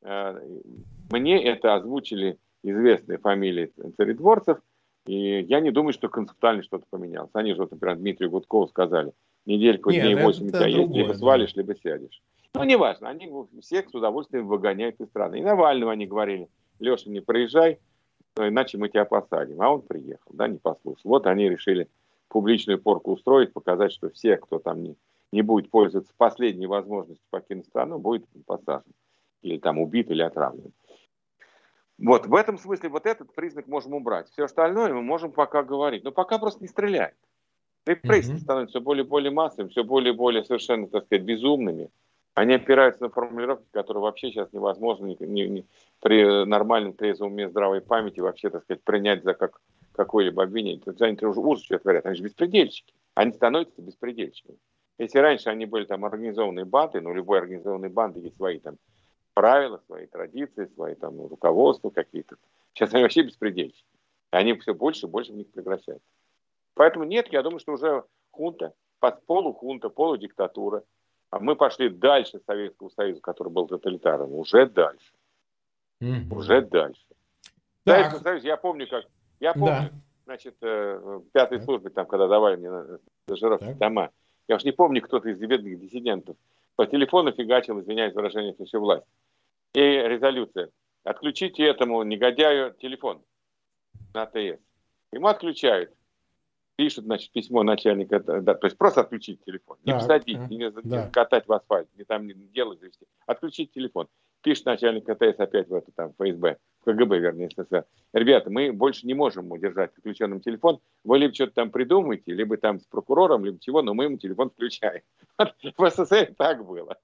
мне это озвучили известные фамилии царедворцев, и я не думаю, что концептуально что-то поменялось. Они же, вот, например, Дмитрию Гудкову сказали, недельку, Нет, дней восемь у тебя есть, либо да. свалишь, либо сядешь. Ну, неважно, они всех с удовольствием выгоняют из страны. И Навального они говорили, Леша, не проезжай, иначе мы тебя посадим. А он приехал, да, не послушал. Вот они решили публичную порку устроить, показать, что все, кто там не, не будет пользоваться последней возможностью покинуть страну, будет посажен. Или там убит, или отравлен. Вот, в этом смысле вот этот признак можем убрать. Все остальное мы можем пока говорить. Но пока просто не стреляет. Репрессии mm-hmm. становятся все более и более массовыми, все более и более совершенно, так сказать, безумными. Они опираются на формулировки, которые вообще сейчас невозможно ни, ни, ни, при нормальном трезвом уме, здравой памяти вообще, так сказать, принять за как, какое-либо обвинение. Они уже ужас что творят. Они же беспредельщики. Они становятся беспредельщиками. Если раньше они были там организованные банды, но у любой организованной банды есть свои там правила, свои традиции, свои там руководства какие-то. Сейчас они вообще беспредельщики. Они все больше и больше в них превращаются. Поэтому нет, я думаю, что уже хунта, полухунта, полудиктатура. А мы пошли дальше Советского Союза, который был тоталитарным. Уже дальше. Mm-hmm. Уже дальше. В Советском Союзе, я помню, как... Я помню, да. значит, в пятой так. службе, там, когда давали мне стажировки дома, я уж не помню, кто-то из бедных диссидентов по телефону фигачил, извиняюсь за выражение, всю власть. И резолюция. Отключите этому негодяю телефон на АТС. Ему отключают. Пишут, значит, письмо начальника, да, то есть просто отключить телефон. Не посадить, не, да. не катать в асфальт, не там не делать, завести. Отключить телефон. пишет начальник КТС опять в это там ФСБ, в КГБ, вернее, СССР. Ребята, мы больше не можем удержать включенным телефон. Вы либо что-то там придумаете, либо там с прокурором, либо чего, но мы ему телефон включаем. В СССР так было.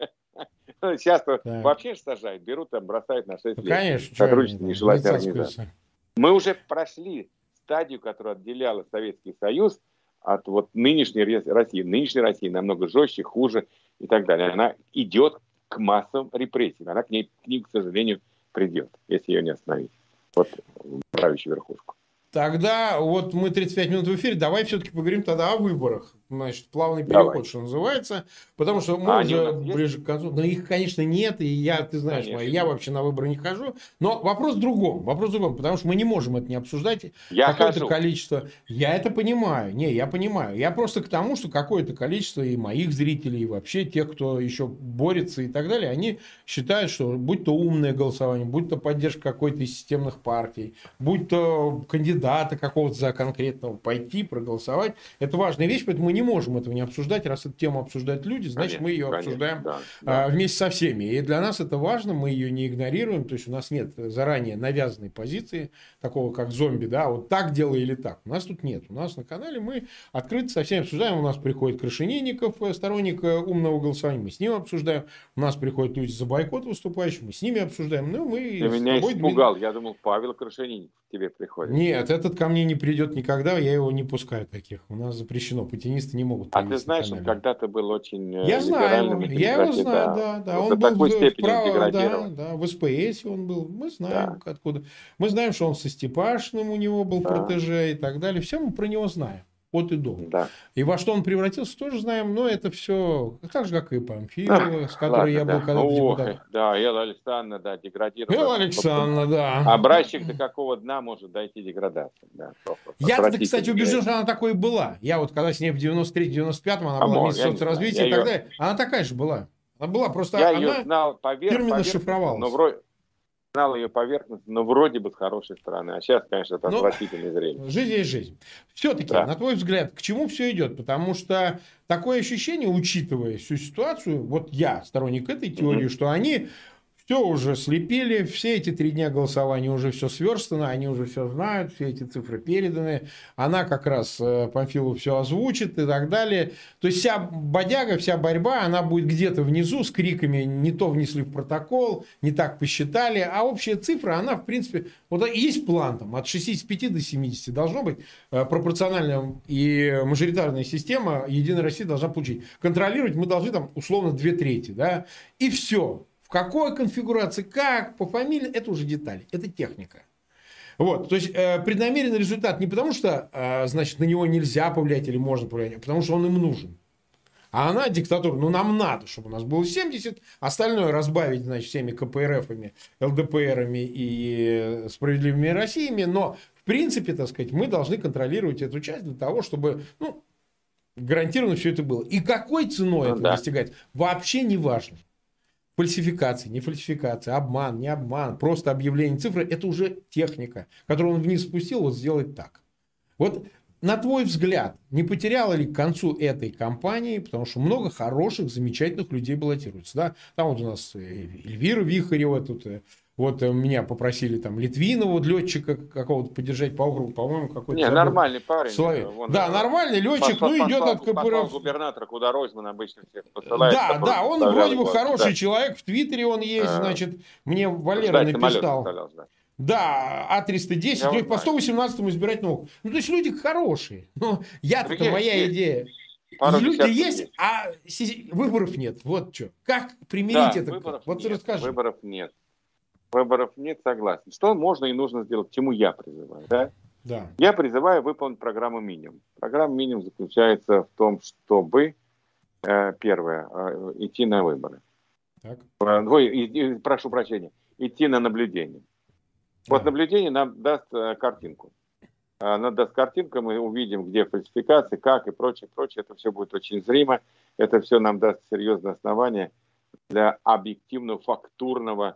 Сейчас вообще же сажают, берут, там, бросают на шесть лет. Конечно. Сотрудничество нежелательной организации. Мы уже прошли стадию, которая отделяла Советский Союз от вот нынешней России. Нынешняя Россия намного жестче, хуже и так далее. Она идет к массовым репрессиям. Она к ней, к ним, к сожалению, придет, если ее не остановить. Вот правящую верхушку. Тогда вот мы тридцать пять минут в эфире, давай все-таки поговорим тогда о выборах. Значит, плавный переход, давай. Что называется. Потому что мы а уже ближе к концу. Но их, конечно, нет. И я, ты знаешь, конечно, я вообще на выборы не хожу. Но вопрос в другом. Вопрос в другом. Потому что мы не можем это не обсуждать. Я какое-то хожу. количество. Я это понимаю. Не, я понимаю. Я просто к тому, что какое-то количество и моих зрителей, и вообще тех, кто еще борется и так далее, они считают, что будь то умное голосование, будь то поддержка какой-то из системных партий, будь то кандидата какого-то за конкретного пойти, проголосовать. Это важная вещь, поэтому мы не можем этого не обсуждать. Раз эту тему обсуждают люди, значит, конечно, мы ее конечно, обсуждаем да, да. вместе со всеми. И для нас это важно, мы ее не игнорируем. То есть у нас нет заранее навязанной позиции, такого как зомби, да, вот так делай или так. У нас тут нет. У нас на канале мы открыто со всеми обсуждаем. У нас приходит Крашенинников, сторонник умного голосования, мы с ним обсуждаем. У нас приходят люди за бойкот выступающие, мы с ними обсуждаем. Ну, мы Ты меня тобой, испугал. Дмитрий... Я думал, Павел Крашенинников к тебе приходит. Нет, этот ко мне не придет никогда, я его не пускаю таких. У нас запрещено, путинисты не могут. А ты знаешь, он когда-то был очень я знаю, я его знаю, да, да. Вот он был такой в, право, да, да, в СПС он был, мы знаем да. откуда. Мы знаем, что он со Степашиным у него был да. протеже и так далее. Все мы про него знаем. От и до. Да. И во что он превратился, тоже знаем, но это все так же, как и Памфилова, с которой ладно, я был да. когда-то депутат. Да, Элла Александровна, да, деградировала. Элла Александровна, да. Образчик до какого дна может дойти деградация. Да, я, кстати, убежден, что она такой и была. Я вот когда с ней в девяносто третьем девяносто пятом, она а была министр соцразвития и так ее... далее, она такая же была. Она была, просто я она ее знал поверх, фирменно шифровалась. Но вроде... Знал ее поверхностно, но вроде бы с хорошей стороны. А сейчас, конечно, это отвратительное зрелище. Жизнь есть жизнь. Все-таки, да. на твой взгляд, к чему все идет? Потому что такое ощущение, учитывая всю ситуацию, вот я сторонник этой теории, mm-hmm. что они все уже слепили, все эти три дня голосования уже все сверстано, они уже все знают, все эти цифры переданы. Она как раз Памфилову все озвучит и так далее. То есть вся бодяга, вся борьба, она будет где-то внизу с криками «не то внесли в протокол», «не так посчитали». А общая цифра, она в принципе... Вот есть план там от шестидесяти пяти до семидесяти. Должно быть пропорциональная и мажоритарная система Единой России должна получить. Контролировать мы должны там условно две трети. Да? И все. В какой конфигурации, как, по фамилии, это уже детали, это техника. Вот, то есть э, преднамеренный результат не потому, что э, значит, на него нельзя повлиять или можно повлиять, а потому что он им нужен. А она диктатура, ну нам надо, чтобы у нас было семьдесят, остальное разбавить, значит, всеми КПРФами, ЛДПРами и справедливыми Россиями, но в принципе, так сказать, мы должны контролировать эту часть для того, чтобы, ну, гарантированно все это было. И какой ценой ну, это да. достигать, вообще не важно. Фальсификация, не фальсификация, обман, не обман, просто объявление цифры, это уже техника, которую он вниз спустил, вот сделать так. Вот на твой взгляд, не потеряла ли к концу этой кампании, потому что много хороших, замечательных людей баллотируются, да? Там вот у нас Эльвира Вихарева, тут вот меня попросили там Литвинова, летчика какого-то поддержать по округу, по-моему, какой-то... Не, забыл. Нормальный парень. Вон, да, нормальный летчик, ну идет от КПРФ. Губернатора, куда Ройзман обычно всех посылает. Да, да, он вроде бы хороший да. человек, в Твиттере он есть, а, значит, мне Валера написал. Да. Да, А триста десять, ну, по сто восемнадцатому избирательному округу. Ну, то есть люди хорошие. Ну, я-то это моя есть. идея. Люди есть, есть, а выборов нет. Вот что. Как примирить да, это? Вот нет, расскажи. Выборов нет. Выборов нет, согласен. Что можно и нужно сделать, к чему я призываю, да? Да. Я призываю выполнить программу минимум. Программа минимум заключается в том, чтобы, э, первое, э, идти на выборы. Так. Э, ой, и, и, прошу прощения, идти на наблюдение. Да. Вот наблюдение нам даст э, картинку. Э, нам даст картинку, мы увидим, где фальсификации, как и прочее, прочее. Это все будет очень зримо. Это все нам даст серьезное основание для объективного, фактурного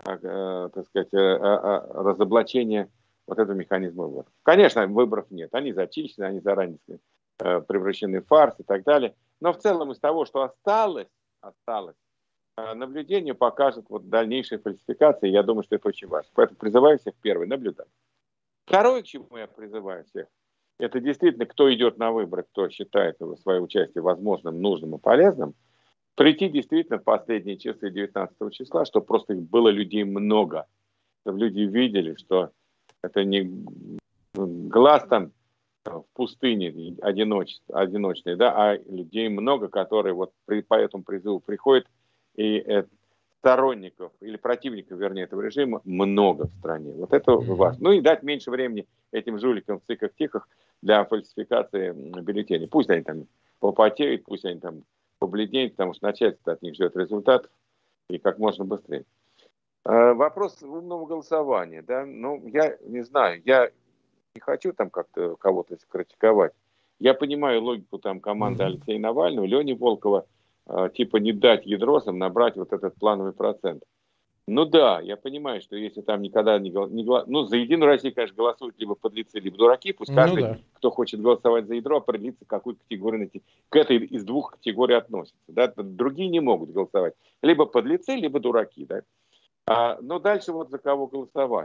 так сказать, разоблачение вот этого механизма выборов. Конечно, выборов нет. Они зачищены, они заранее превращены в фарс и так далее. Но в целом из того, что осталось, осталось, наблюдение покажет вот дальнейшие фальсификации. Я думаю, что это очень важно. Поэтому призываю всех, первый, наблюдать. Второе, к чему я призываю всех, это действительно, кто идет на выборы, кто считает свое участие возможным, нужным и полезным, прийти действительно в последние часы девятнадцатого числа, чтобы просто было людей много, чтобы люди видели, что это не глаз там в пустыне одиноч, одиночный, да, а людей много, которые вот при, по этому призыву приходят, и э, сторонников или противников, вернее, этого режима много в стране. Вот это mm-hmm. важно. Ну и дать меньше времени этим жуликам в циках-тихах для фальсификации бюллетеней. Пусть они там попотеют, пусть они там побледнеют, потому что начальство от них ждет результатов и как можно быстрее. А, вопрос умного голосования, да, ну, я не знаю, я не хочу там как-то кого-то критиковать. Я понимаю логику там команды mm-hmm. Алексея Навального, Лени Волкова, э, типа не дать ядросам набрать вот этот плановый процент. Ну да, я понимаю, что если там никогда не, не ну за Единую Россию, конечно, голосуют либо подлецы, либо дураки, пусть каждый, ну, да. кто хочет голосовать за ядро, определится, к какой категории к этой из двух категорий относится. Да? Другие не могут голосовать. Либо подлецы, либо дураки. Да? А, но дальше вот за кого голосовать.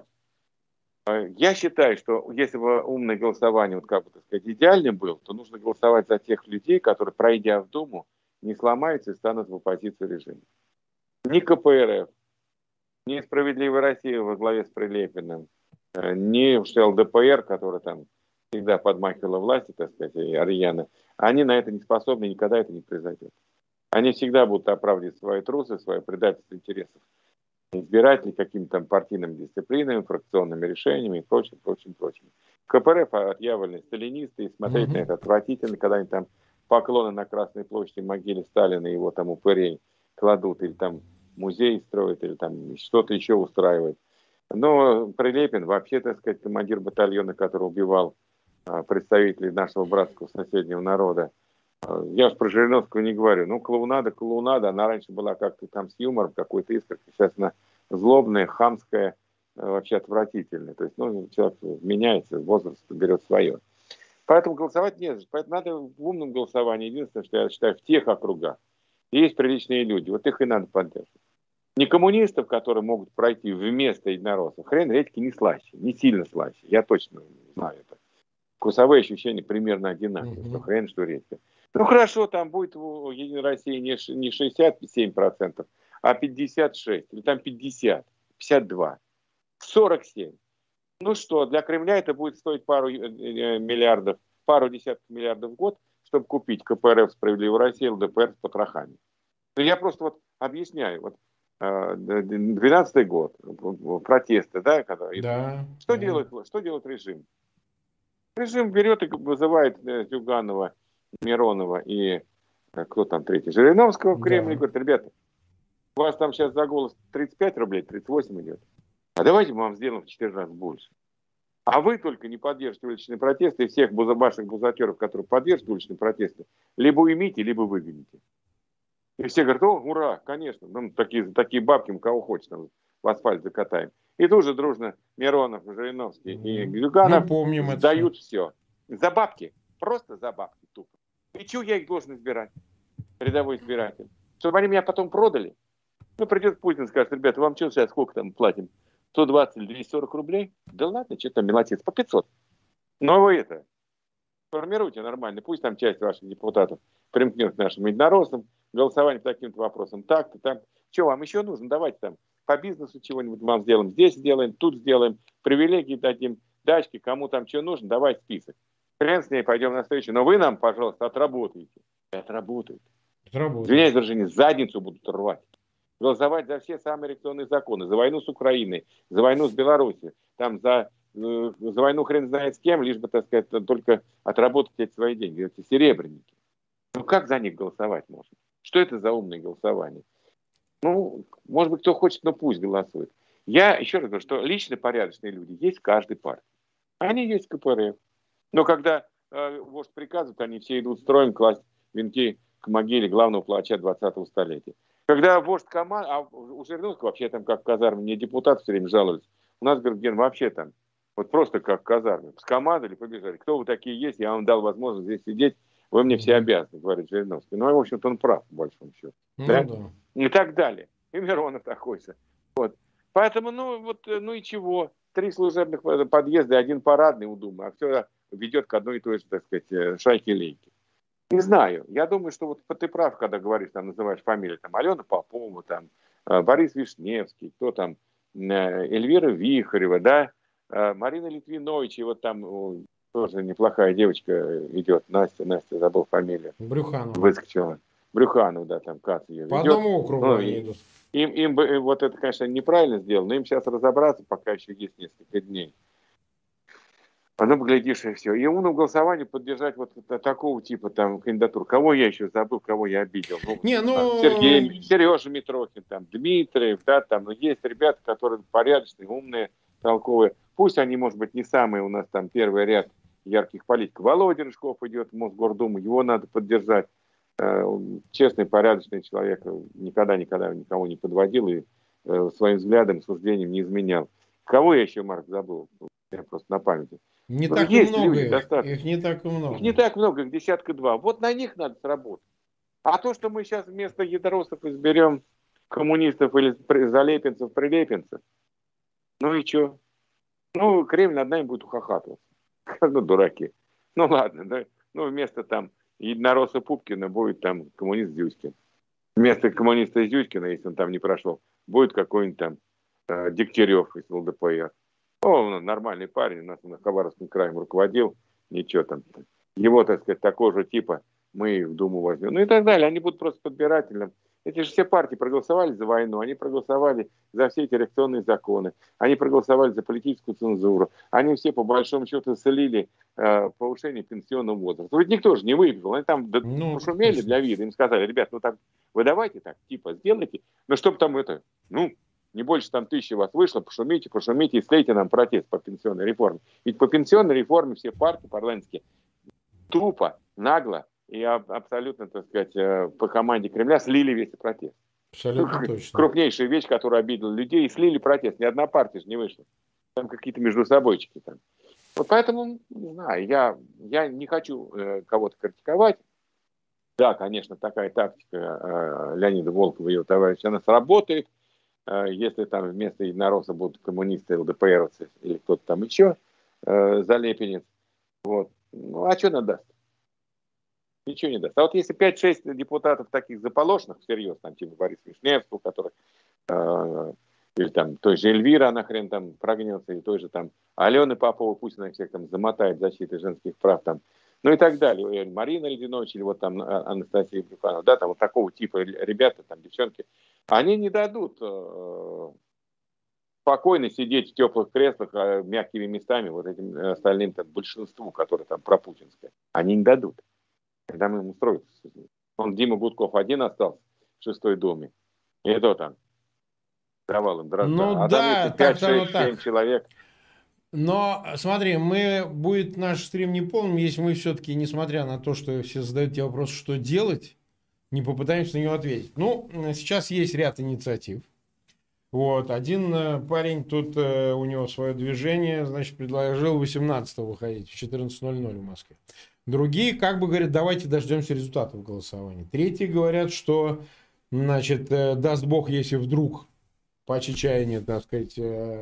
Я считаю, что если бы умное голосование, вот как бы, так сказать, идеальным было, то нужно голосовать за тех людей, которые, пройдя в Думу, не сломаются и станут в оппозицию режима. Ни ка пэ эр эф, ни «Справедливая Россия» во главе с Прилепиным, ни эл дэ пэ эр, который там всегда подмахивала власти, так сказать, и Арьяна, они на это не способны, никогда это не произойдет. Они всегда будут оправдывать свои трусы, свое предательство интересов избирателей какими-то там партийными дисциплинами, фракционными решениями и прочим, прочим, прочим. ка пэ эр эф отъявленные сталинисты, и смотреть mm-hmm. на это отвратительно, когда они там поклоны на Красной площади могиле Сталина и его там упырей кладут, или там музей строят, или там что-то еще устраивают. Но Прилепин вообще, так сказать, командир батальона, который убивал а, представителей нашего братского соседнего народа. А, я уж про Жириновского не говорю. Ну, клоунада, клоунада. Она раньше была как-то там с юмором, какой-то искоркой. Сейчас она злобная, хамская, вообще отвратительная. То есть, ну, человек меняется, возраст берет свое. Поэтому голосовать не за что. Поэтому надо в умном голосовании. Единственное, что я считаю, в тех округах есть приличные люди. Вот их и надо поддерживать. Не коммунистов, которые могут пройти вместо единороссов. Хрен редьки не слаще, не сильно слаще. Я точно знаю это. Вкусовые ощущения примерно одинаковые. Mm-hmm. Что хрен, что редька. Ну хорошо, там будет в Единой России не шестьдесят семь процентов, а пятьдесят шесть процентов. Или там пятьдесят, пятьдесят два, сорок семь. Ну что, для Кремля это будет стоить пару миллиардов, пару десятков миллиардов в год, чтобы купить ка пэ эр эф, «Справедливую Россию», эл дэ пэ эр с потрохами. Я просто вот объясняю. Вот двенадцатый год, протесты, да, когда... Да, что, да. Делает, что делает режим? Режим берет и вызывает Зюганова, Миронова и кто там третий, Жириновского в Кремль, да. И говорит: ребята, у вас там сейчас за голос тридцать пять рублей, тридцать восемь идет. А давайте мы вам сделаем в четыре раза больше. А вы только не поддержите уличные протесты, и всех ваших бузатеров, которые поддерживают уличные протесты, либо уймите, либо выгоните. И все говорят: о, ура, конечно, ну, такие, такие бабки, мы кого хочешь, там, в асфальт закатаем. И тут же дружно Миронов, Жириновский и Зюганов сдают все. За бабки, просто за бабки тупо. И чего я их должен избирать, рядовой избиратель? Чтобы они меня потом продали? Ну, придет Путин и скажет: ребята, вам что сейчас, сколько там платим? сто двадцать или двести сорок рублей? Да ладно, что там мелочиться, по пятьсот. Но вы это, формируйте нормально, пусть там часть ваших депутатов примкнет к нашим единороссам, голосование по таким-то вопросам, так-то, там. Что вам еще нужно? Давайте там по бизнесу чего-нибудь вам сделаем, здесь сделаем, тут сделаем, привилегии дадим, дачки, кому там что нужно, давайте список. Хрен с ней, пойдем на встречу. Но вы нам, пожалуйста, отработаете. Отработают. Отработают. Извиняюсь, Virginia, задницу будут рвать. Голосовать за все самые реакционные законы, за войну с Украиной, за войну с Беларусью, там за, э, за войну хрен знает с кем, лишь бы, так сказать, только отработать эти свои деньги, эти серебряники. Ну как за них голосовать можно? Что это за умное голосование? Ну, может быть, кто хочет, но пусть голосует. Я еще раз говорю, что лично порядочные люди есть в каждой партии. Они есть в ка пэ эр эф. Но когда э, вождь приказывает, они все идут строем класть венки к могиле главного палача двадцатого столетия. Когда вождь команд, а у Жириновского вообще там как в казарме, мне депутаты все время жаловались. У нас, говорит, Ген, вообще там, вот просто как в казарме. Скомандовали, побежали. Кто вы такие есть? Я вам дал возможность здесь сидеть, Вы мне Угу. все обязаны, говорит Жириновский. Ну, в общем-то, он прав, по большому счету. Ну, да? Да. И так далее. И Миронов такой же. Вот. Поэтому, ну, вот, ну и чего? Три служебных подъезда, один парадный у Думы, а все ведет к одной и той же, так сказать, шайке-лейке. Не знаю. Я думаю, что вот ты прав, когда говоришь, там, называешь фамилии, там, Алена Попова, там, Борис Вишневский, кто там, Эльвира Вихарева, да, Марина Литвинович, и вот там тоже неплохая девочка идет, Настя, Настя, забыл фамилию. Брюханова. Выскочила. Брюханов, да, там Кац ее ведет. По одному округу ну, они идут. Им, им бы, вот это, конечно, неправильно сделано, но им сейчас разобраться, пока еще есть несколько дней. Потом глядишь и все. И умным голосованием поддержать вот такого типа там кандидатур. Кого я еще забыл, кого я обидел? Ну, Не, ну... там, Сергей, Сережа Митрохин, там, Дмитриев, да, там, ну, есть ребята, которые порядочные, умные, толковые. Пусть они, может быть, не самые у нас там первый ряд ярких политиков. Володя Рыжков идет в Мосгордуму, его надо поддержать. Честный, порядочный человек, никогда-никогда никого не подводил и своим взглядом, суждением не изменял. Кого я еще, Марк, забыл? Я просто на памяти. Не Ну, так есть много люди, их. достаточно. Их не так много. Их не так много, их десятка два. Вот на них надо сработать. А то, что мы сейчас вместо едоросов изберем коммунистов или залепинцев, прилепинцев, ну и что? Ну, Кремль над нами будет ухахатываться. Ну, дураки. Ну, ладно, да. Ну, вместо там единоросса Пупкина будет там коммунист Зюськин. Вместо коммуниста Зюськина, если он там не прошел, будет какой-нибудь там э, Дегтярев из ЛДПР. О, он нормальный парень, у нас на Хабаровском крае руководил, ничего там. Его, так сказать, такого же типа мы в Думу возьмем. Ну и так далее. Они будут просто подбирательным. Эти же все партии проголосовали за войну, они проголосовали за все эти реакционные законы, они проголосовали за политическую цензуру, они все по большому счету слили э, повышение пенсионного возраста. Ведь никто же не выиграл, они там ну, пошумели конечно. Для вида, им сказали, ребят, ну так, вы давайте так, типа, сделайте, но чтобы там это, ну, не больше там тысячи вас вышло, пошумите, пошумите и слейте нам протест по пенсионной реформе. Ведь по пенсионной реформе все партии парламентские тупо, нагло и абсолютно, так сказать, по команде Кремля слили весь протест. Абсолютно ну, точно. Крупнейшая вещь, которая обидела людей, и слили протест. Ни одна партия же не вышла. Там какие-то между собойчики там. Вот поэтому, не знаю, я, я не хочу э, кого-то критиковать. Да, конечно, такая тактика э, Леонида Волкова и его товарища, она сработает. Э, если там вместо единоросса будут коммунисты, ЛДПРовцы или кто-то там еще э, залепенец. Вот. Ну, а что надо даст? Ничего не даст. А вот если пять-шесть депутатов таких заполошных, всерьез, там, типа Бориса Вишневского, который, э, или там той же Эльвира, она хрен там прогнется, и той же там Алены Поповой, пусть она всех там замотает защитой женских прав, там, ну и так далее. Или Марина Лединович, или вот там Анастасия Брюханова, да, там вот такого типа ребята, там, девчонки, они не дадут э, спокойно сидеть в теплых креслах э, мягкими местами вот этим остальным там, большинству, которое там пропутинское. Они не дадут. Когда мы ему устроим. Он, Дима Гудков, один остался в шестой доме. И это там давал им дрожжа. Ну а да, там пять шесть семь человек. Но смотри, мы, будет наш стрим неполным, если мы все-таки, несмотря на то, что все задают тебе вопрос, что делать, не попытаемся на него ответить. Ну, сейчас есть ряд инициатив. Вот, один парень тут, у него свое движение, значит, предложил восемнадцатого выходить в четырнадцать ноль ноль в Москве. Другие, как бы, говорят, давайте дождемся результатов голосования. Третьи говорят, что, значит, даст Бог, если вдруг по чечаянию, так сказать,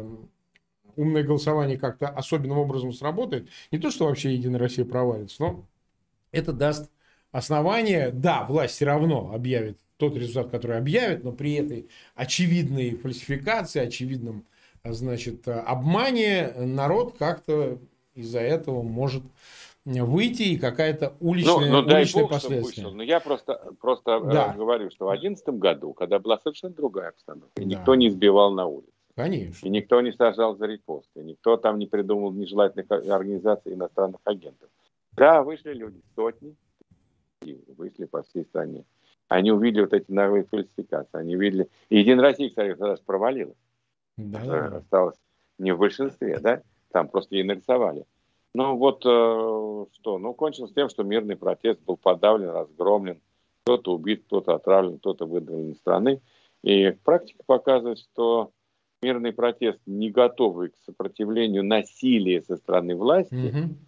умное голосование как-то особенным образом сработает. Не то, что вообще Единая Россия провалится, но это даст основание. Да, власть все равно объявит тот результат, который объявит, но при этой очевидной фальсификации, очевидном, значит, обмане народ как-то из-за этого может выйти, и какая-то уличная, ну, ну, уличная последствия. Но я просто, просто да. говорю, что в две тысячи одиннадцатом году, когда была совершенно другая обстановка, да. никто не избивал на улице. Конечно. И никто не сажал за репосты, никто там не придумал нежелательных организаций иностранных агентов. Да, вышли люди, сотни, и вышли по всей стране. Они увидели вот эти новые фальсификации, они видели... И Единая Россия, кстати, тогда провалилась. Да. Осталось не в большинстве, да? Там просто ей нарисовали. Ну вот э, что, ну кончилось тем, что мирный протест был подавлен, разгромлен, кто-то убит, кто-то отравлен, кто-то выдворен из страны. И практика показывает, что мирный протест, не готовый к сопротивлению насилия со стороны власти, mm-hmm.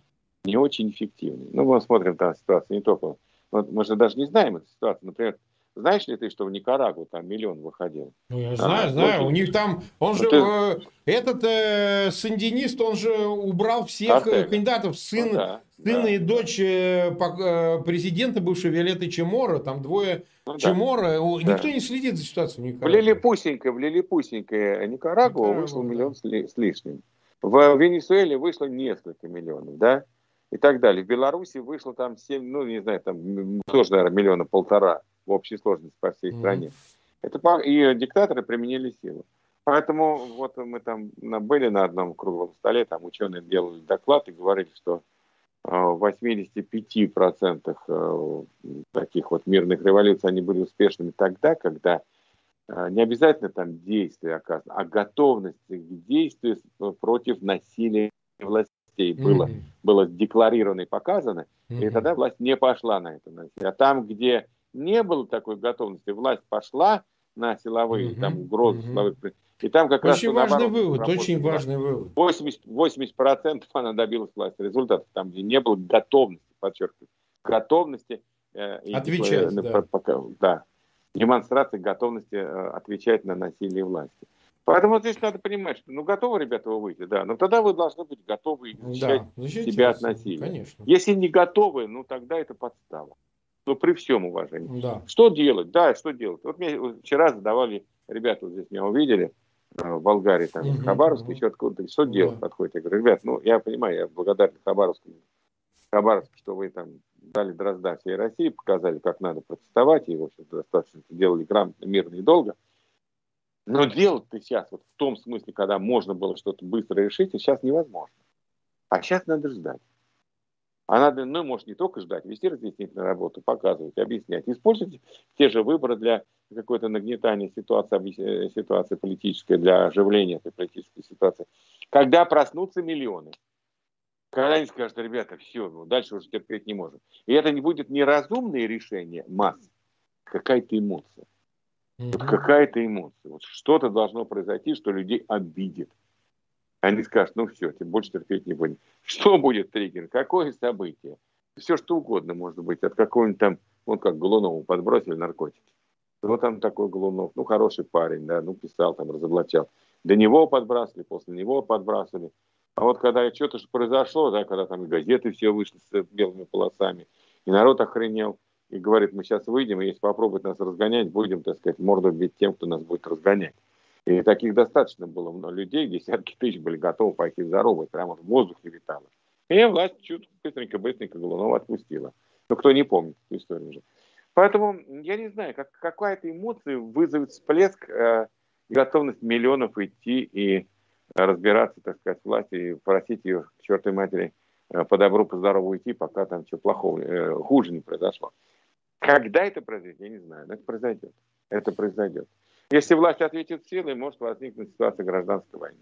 не очень эффективный. Ну, мы смотрим там ситуацию не только... Вот мы же даже не знаем эту ситуацию. Например, знаешь ли ты, что в Никарагуа там миллион выходил? Ну, я А, знаю, знаю. У площадь. них там, он Ну, же, ты э, этот э, сандинист, он же убрал всех э, Артега. кандидатов. Ну, Сын, да, сын да, и да. дочь э, пок- э, президента бывшей Виолетты Чемора, там двое Ну, да, Чемора. У- Никто да. не следит за ситуацией в В Никарагуа. Лилипусенькой, в Лилипусенькой Никарагуа вышло Никарагуа, да. миллион с, ли- с лишним. В Венесуэле вышло несколько миллионов, да, и так далее. В Беларуси вышло там семь, ну, не знаю, там м, тоже, наверное, миллиона полтора в общей сложности по всей Мгм. стране. Это по- и диктаторы применили силу. Поэтому вот мы там на- были на одном круглом столе, там ученые делали доклад и говорили, что э, в восьмидесяти пяти процентах э, таких вот мирных революций они были успешными тогда, когда э, не обязательно там действия оказано, а готовность к действию с- против насилия властей было, Мгм. было декларировано и показано, и Мгм. тогда власть не пошла на это насилие. А там, где не было такой готовности, власть пошла на силовые, там Мгм. угрозы Мгм. силовых, и там как раз Очень все важный наоборот, вывод, очень диспропорция была. важный вывод. восемьдесят, восемьдесят процентов она добилась власти результатов, там, где не было готовности, подчеркиваю, готовности э, и Отвечать, декла- да. пока- да, демонстрации готовности э, отвечать на насилие власти. Поэтому вот здесь надо понимать, что ну готовы ребята вы выйти, да, но тогда вы должны быть готовы защищать Да, себя от защититься, насилия. конечно. Если не готовы, ну тогда это подстава. Ну при всем уважении. Да. Что делать? Да, что делать? Вот мне вчера задавали, ребята вот здесь меня увидели, э, в Болгарии, там, из Мгм. Хабаровска, Мгм. еще откуда-то, что делать Да. подходит? Я говорю, ребят, ну я понимаю, я благодарен Хабаровску, Хабаровску, что вы там дали дрозда всей России, показали, как надо протестовать, и, в общем-то, достаточно делали грамотно, мирно и долго. Но делать-то сейчас, вот в том смысле, когда можно было что-то быстро решить, сейчас невозможно. А сейчас надо ждать. А надо, ну, может, не только ждать, вести разъяснительную работу, показывать, объяснять. Использовать те же выборы для какой-то нагнетания ситуации, объяс- ситуации политической, для оживления этой политической ситуации. Когда проснутся миллионы. Когда они скажут, ребята, все, ну, дальше уже терпеть не можем. И это не будет неразумное решение масс, какая-то эмоция. Вот Мгм. какая-то эмоция. Вот что-то должно произойти, что людей обидит. Они скажут, ну все, тем больше терпеть не будем. Что будет триггер? Какое событие? Все что угодно может быть. От какого-нибудь там, вот как Голунову подбросили наркотики. Вот там такой Голунов, ну хороший парень, да, ну писал там, разоблачал. До него подбрасывали, после него подбрасывали. А вот когда что-то же произошло, да, когда там и газеты все вышли с белыми полосами, и народ охренел, и говорит, мы сейчас выйдем, и если попробуют нас разгонять, будем, так сказать, морду бить тем, кто нас будет разгонять. И таких достаточно было много людей, десятки тысяч были готовы пойти в зарубы, прямо в воздухе витало. И власть чуть быстренько-быстренько Голунова отпустила. Ну, кто не помнит эту историю уже. Поэтому я не знаю, как, какая-то эмоция вызовет всплеск, э, готовность миллионов идти и разбираться, так сказать, с властью и просить ее к чертовой матери э, по добру, по здорову идти, пока там что плохого, э, хуже не произошло. Когда это произойдет, я не знаю, но это произойдет. Это произойдет. Если власть ответит силой, может возникнуть ситуация гражданской войны.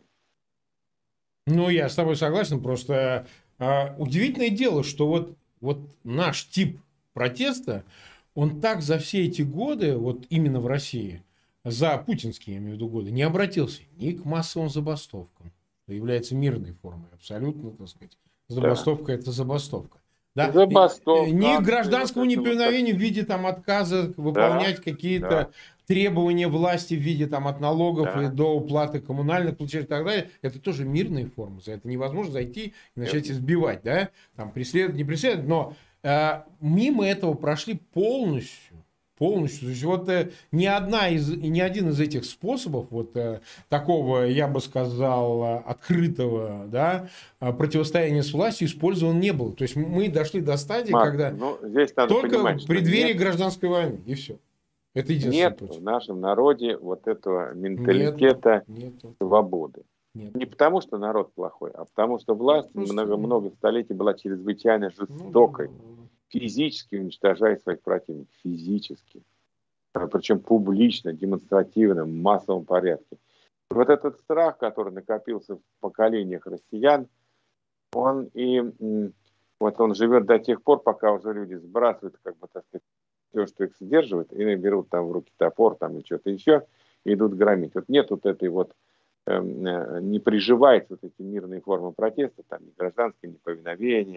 Ну, я с тобой согласен, просто а, удивительное дело, что вот, вот наш тип протеста, он так за все эти годы, вот именно в России, за путинские, я имею в виду, годы, не обратился ни к массовым забастовкам, что является мирной формой, абсолютно, так сказать. Да. Забастовка – это забастовка. Да? И, э, Забастовка, ни к акции, вот гражданскому это вот так. неповиновению в виде там, отказа Да, выполнять какие-то да, требования власти в виде там, от налогов и да. до уплаты коммунальных платежей и так далее, это тоже мирные формы. За это невозможно зайти и начать Верно. избивать, да, там преследовать, не преследовать, но э, мимо этого прошли полностью. Полностью. То есть вот э, ни одна из, и ни один из этих способов вот э, такого, я бы сказал, э, открытого, да, э, противостояния с властью использован не был. То есть мы дошли до стадии, Марк, когда ну здесь надо только понимать, в что преддверии нет, гражданской войны, и все. Это единственный нет путь. в нашем народе вот этого Нету, менталитета нету, свободы. Не нету. потому, что народ плохой, а потому, что Нет, власть просто, много-много столетий была чрезвычайно ну да, да, жестокой, да. физически уничтожая своих противников, физически. Причем публично, демонстративно, в массовом порядке. Вот этот страх, который накопился в поколениях россиян, он и вот он живет до тех пор, пока уже люди сбрасывают, как бы, так сказать, все, что их сдерживает, и берут там в руки топор там и что-то еще, и идут громить. Вот нет вот этой вот, э, не приживается вот эти мирные формы протеста, там, ни гражданское неповиновение,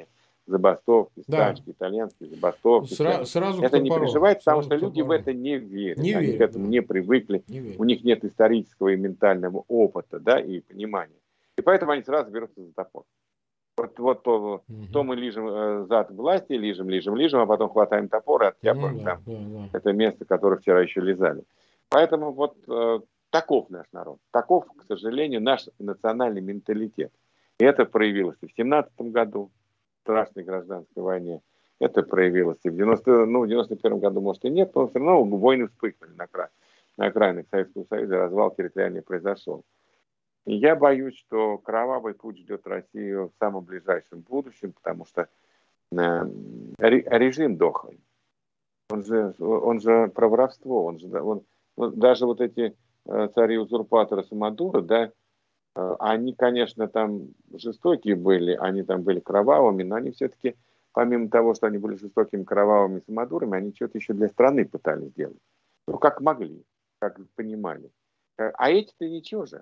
забастовки, Да. стачки, итальянские забастовки. Сра- сразу это к не топору. переживает, потому Сразу что к люди топору. в это не верят. Не Они верят, к этому да. не привыкли. Не верят. У них нет исторического и ментального опыта, да, и понимания. И поэтому они сразу берутся за топор. Вот, вот то, угу. то мы лижем э, зад власти, лижем, лижем, лижем, а потом хватаем топор и оттяпаем ну, да, там да, да. это место, которое вчера еще лизали. Поэтому вот э, таков наш народ. Таков, к сожалению, наш национальный менталитет. И это проявилось и в семнадцатом году, в страшной гражданской войне. Это проявилось и в девяносто, ну, в девяносто первом году, может, и нет, но все равно войны вспыхнули на, кра... на окраинах Советского Союза, развал территориальный произошел. И я боюсь, что кровавый путь ждет Россию в самом ближайшем будущем, потому что э, режим дохлый. Он же, он же про воровство. Он же, он, он, даже вот эти э, цари-узурпаторы Самодура, да, э, они, конечно, там жестокие были, они там были кровавыми, но они все-таки, помимо того, что они были жестокими, кровавыми самодурами, они что-то еще для страны пытались сделать. Ну, как могли, как понимали. А эти-то ничего же.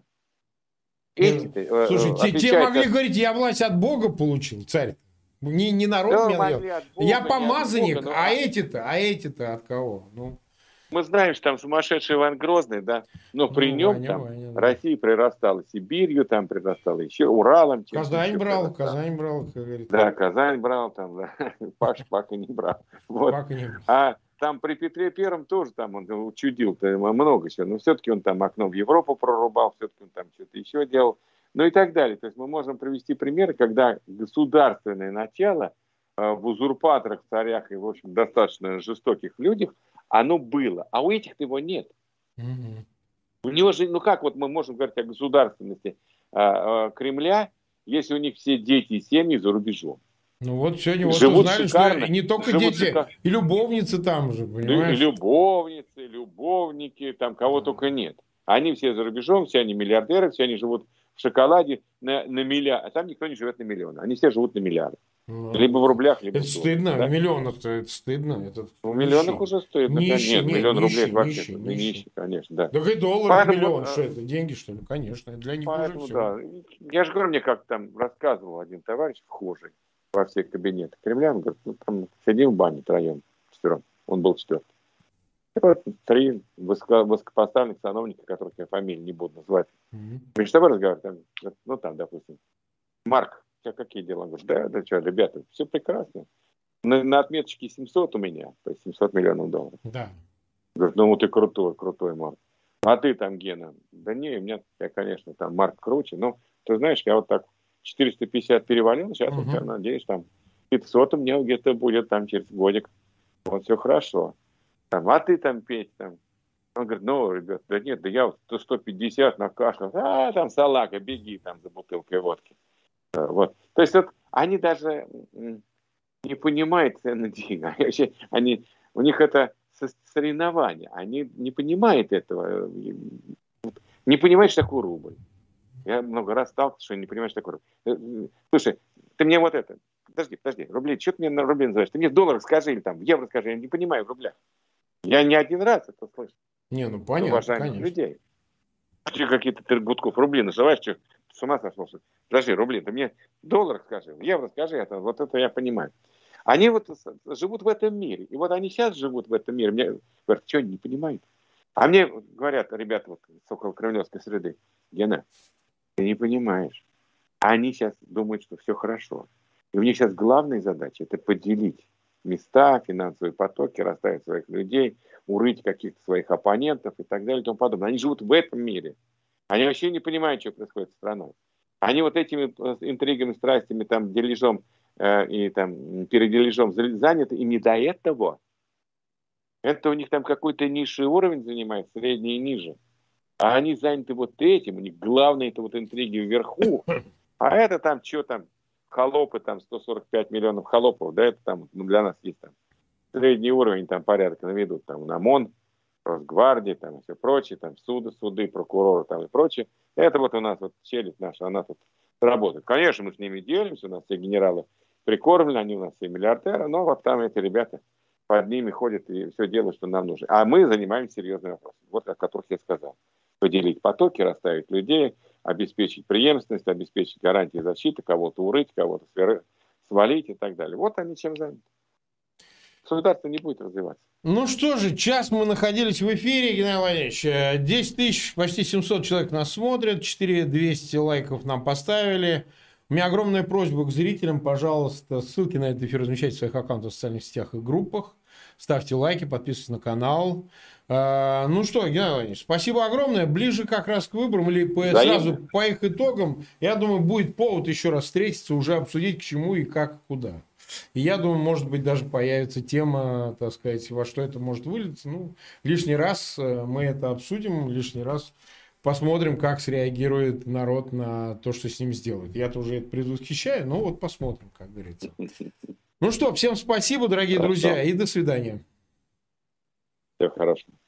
Эти-то, э, Слушай, те, те могли от... говорить, я власть от Бога получил, царь. Не, не народ да, меня навел. Я помазанник, Бога, а, а эти-то, а эти-то от кого? Ну. Мы знаем, что там сумасшедший Иван Грозный, да, но при ну, нем Ваня, там Ваня, да. Россия прирастала Сибирью, там прирастала еще Уралом. Казань брал, Казань брал, как говорится. Да, Казань брал, там, да. Паш пока не брал. Вот. Пока не брал. А там при Петре Первом тоже там он учудил-то много чего, но все-таки он там окно в Европу прорубал, все-таки он там что-то еще делал, ну и так далее. То есть мы можем привести примеры, когда государственное начало э, в узурпаторах, царях и, в общем, достаточно жестоких людях, оно было, а у этих его нет. Mm-hmm. У него же, ну как вот мы можем говорить о государственности э, э, Кремля, если у них все дети и семьи за рубежом? Ну вот сегодня вот узнали, шикарно, что не только дети, шикарно. И любовницы там же, понимаешь? И любовницы, любовники, там кого да. только нет. Они все за рубежом, все они миллиардеры, все они живут в шоколаде на, на миллиард. А там никто не живет на миллион. Они все живут на миллиарды. Ну, либо в рублях, либо это в долларах. Стыдно, да? В миллионах-то это стыдно. Это в миллионах уже стыдно. Нищий, нет, нет, миллион нищий, рублей вообще. Нищий, нищий, нищий, конечно, да. Да и доллар поэтому, миллион, а... что это, деньги, что ли? Конечно, для них поэтому, уже все. Да. Я же говорю, мне как там рассказывал один товарищ вхожий во все кабинеты Кремля, он говорит, ну там сидим в бане втроем, четвером. Он был четвертый. И вот три высоко, высокопоставленных сановника, которых я фамилии не буду называть. Mm-hmm. Между собой разговаривают, там, ну там, допустим, Марк, у тебя какие дела? Он говорит, да, да что, ребята, все прекрасно. На, на отметочке семьсот у меня, то есть семьсот миллионов долларов. Да. Говорит, ну ты крутой, крутой, Марк. А ты там, Гена? Да не, у меня, я, конечно, там Марк круче, но ты знаешь, я вот так четыреста пятьдесят перевалил, сейчас uh-huh. я надеюсь, там пятьсот у меня где-то будет там через годик. Вот все хорошо. Там, а ты там, Петь, там. Он говорит, ну, ребят, да нет, да я вот сто пятьдесят накашлял. А, там салага, беги там за бутылкой водки. Вот. То есть вот они даже не понимают цены денег. Вообще, они, у них это соревнование. Они не понимают этого. Не понимают, что такое рубль. Я много раз сталкивался, что не понимаешь, что такое рубль. Слушай, ты мне вот это... Подожди, подожди, рубли, что ты мне на рубли называешь? Ты мне в долларах скажи или там в евро скажи, я не понимаю в рублях. Я не один раз это слышу. Не, ну понятно, уважаемых конечно. людей. Что какие-то ты Гудков рубли называешь, что с ума сошел? Подожди, рубли, ты мне в долларах скажи, в евро скажи, это, вот это я понимаю. Они вот живут в этом мире. И вот они сейчас живут в этом мире. Мне говорят, что они не понимают? А мне говорят, ребята вот с около кремлевской среды, Гена, ты не понимаешь. Они сейчас думают, что все хорошо. И у них сейчас главная задача – это поделить места, финансовые потоки, расставить своих людей, урыть каких-то своих оппонентов и так далее и тому подобное. Они живут в этом мире. Они вообще не понимают, что происходит с страной. Они вот этими интригами, страстями, там, дележом э, и там, передележом заняты, и не до этого. Это у них там какой-то низший уровень занимает, средний и ниже. А они заняты вот этим, у них главное это вот интриги вверху. А это там, что там, холопы, там сто сорок пять миллионов холопов, да, это там, ну, для нас есть там средний уровень, там порядок наведут, там, ОМОН, Росгвардия, там, и все прочее, там, суды, суды, прокуроры, там, и прочее. Это вот у нас вот челюсть наша, она тут работает. Конечно, мы с ними делимся, у нас все генералы прикормлены, они у нас все миллиардеры, но вот там эти ребята под ними ходят и все делают, что нам нужно. А мы занимаемся серьезными вопросами, вот о которых я сказал. Поделить потоки, расставить людей, обеспечить преемственность, обеспечить гарантии защиты, кого-то урыть, кого-то свалить и так далее. Вот они чем заняты. Государство не будет развиваться. Ну что же, час мы находились в эфире, Геннадий Владимирович. десять тысяч, почти семьсот человек нас смотрят, четыре тысячи двести лайков нам поставили. У меня огромная просьба к зрителям, пожалуйста, ссылки на этот эфир размещайте в своих аккаунтах в социальных сетях и группах. Ставьте лайки, подписывайтесь на канал. А, ну что, Геннадий Владимирович, спасибо огромное. Ближе как раз к выборам или по, сразу по их итогам, я думаю, будет повод еще раз встретиться, уже обсудить, к чему и как, куда. И я думаю, может быть, даже появится тема, так сказать, во что это может вылиться. Ну, лишний раз мы это обсудим, лишний раз посмотрим, как среагирует народ на то, что с ним сделают. Я-то уже это предвосхищаю, но вот посмотрим, как говорится. Ну что, всем спасибо, дорогие Хорошо. друзья, и до свидания. Все хорошо.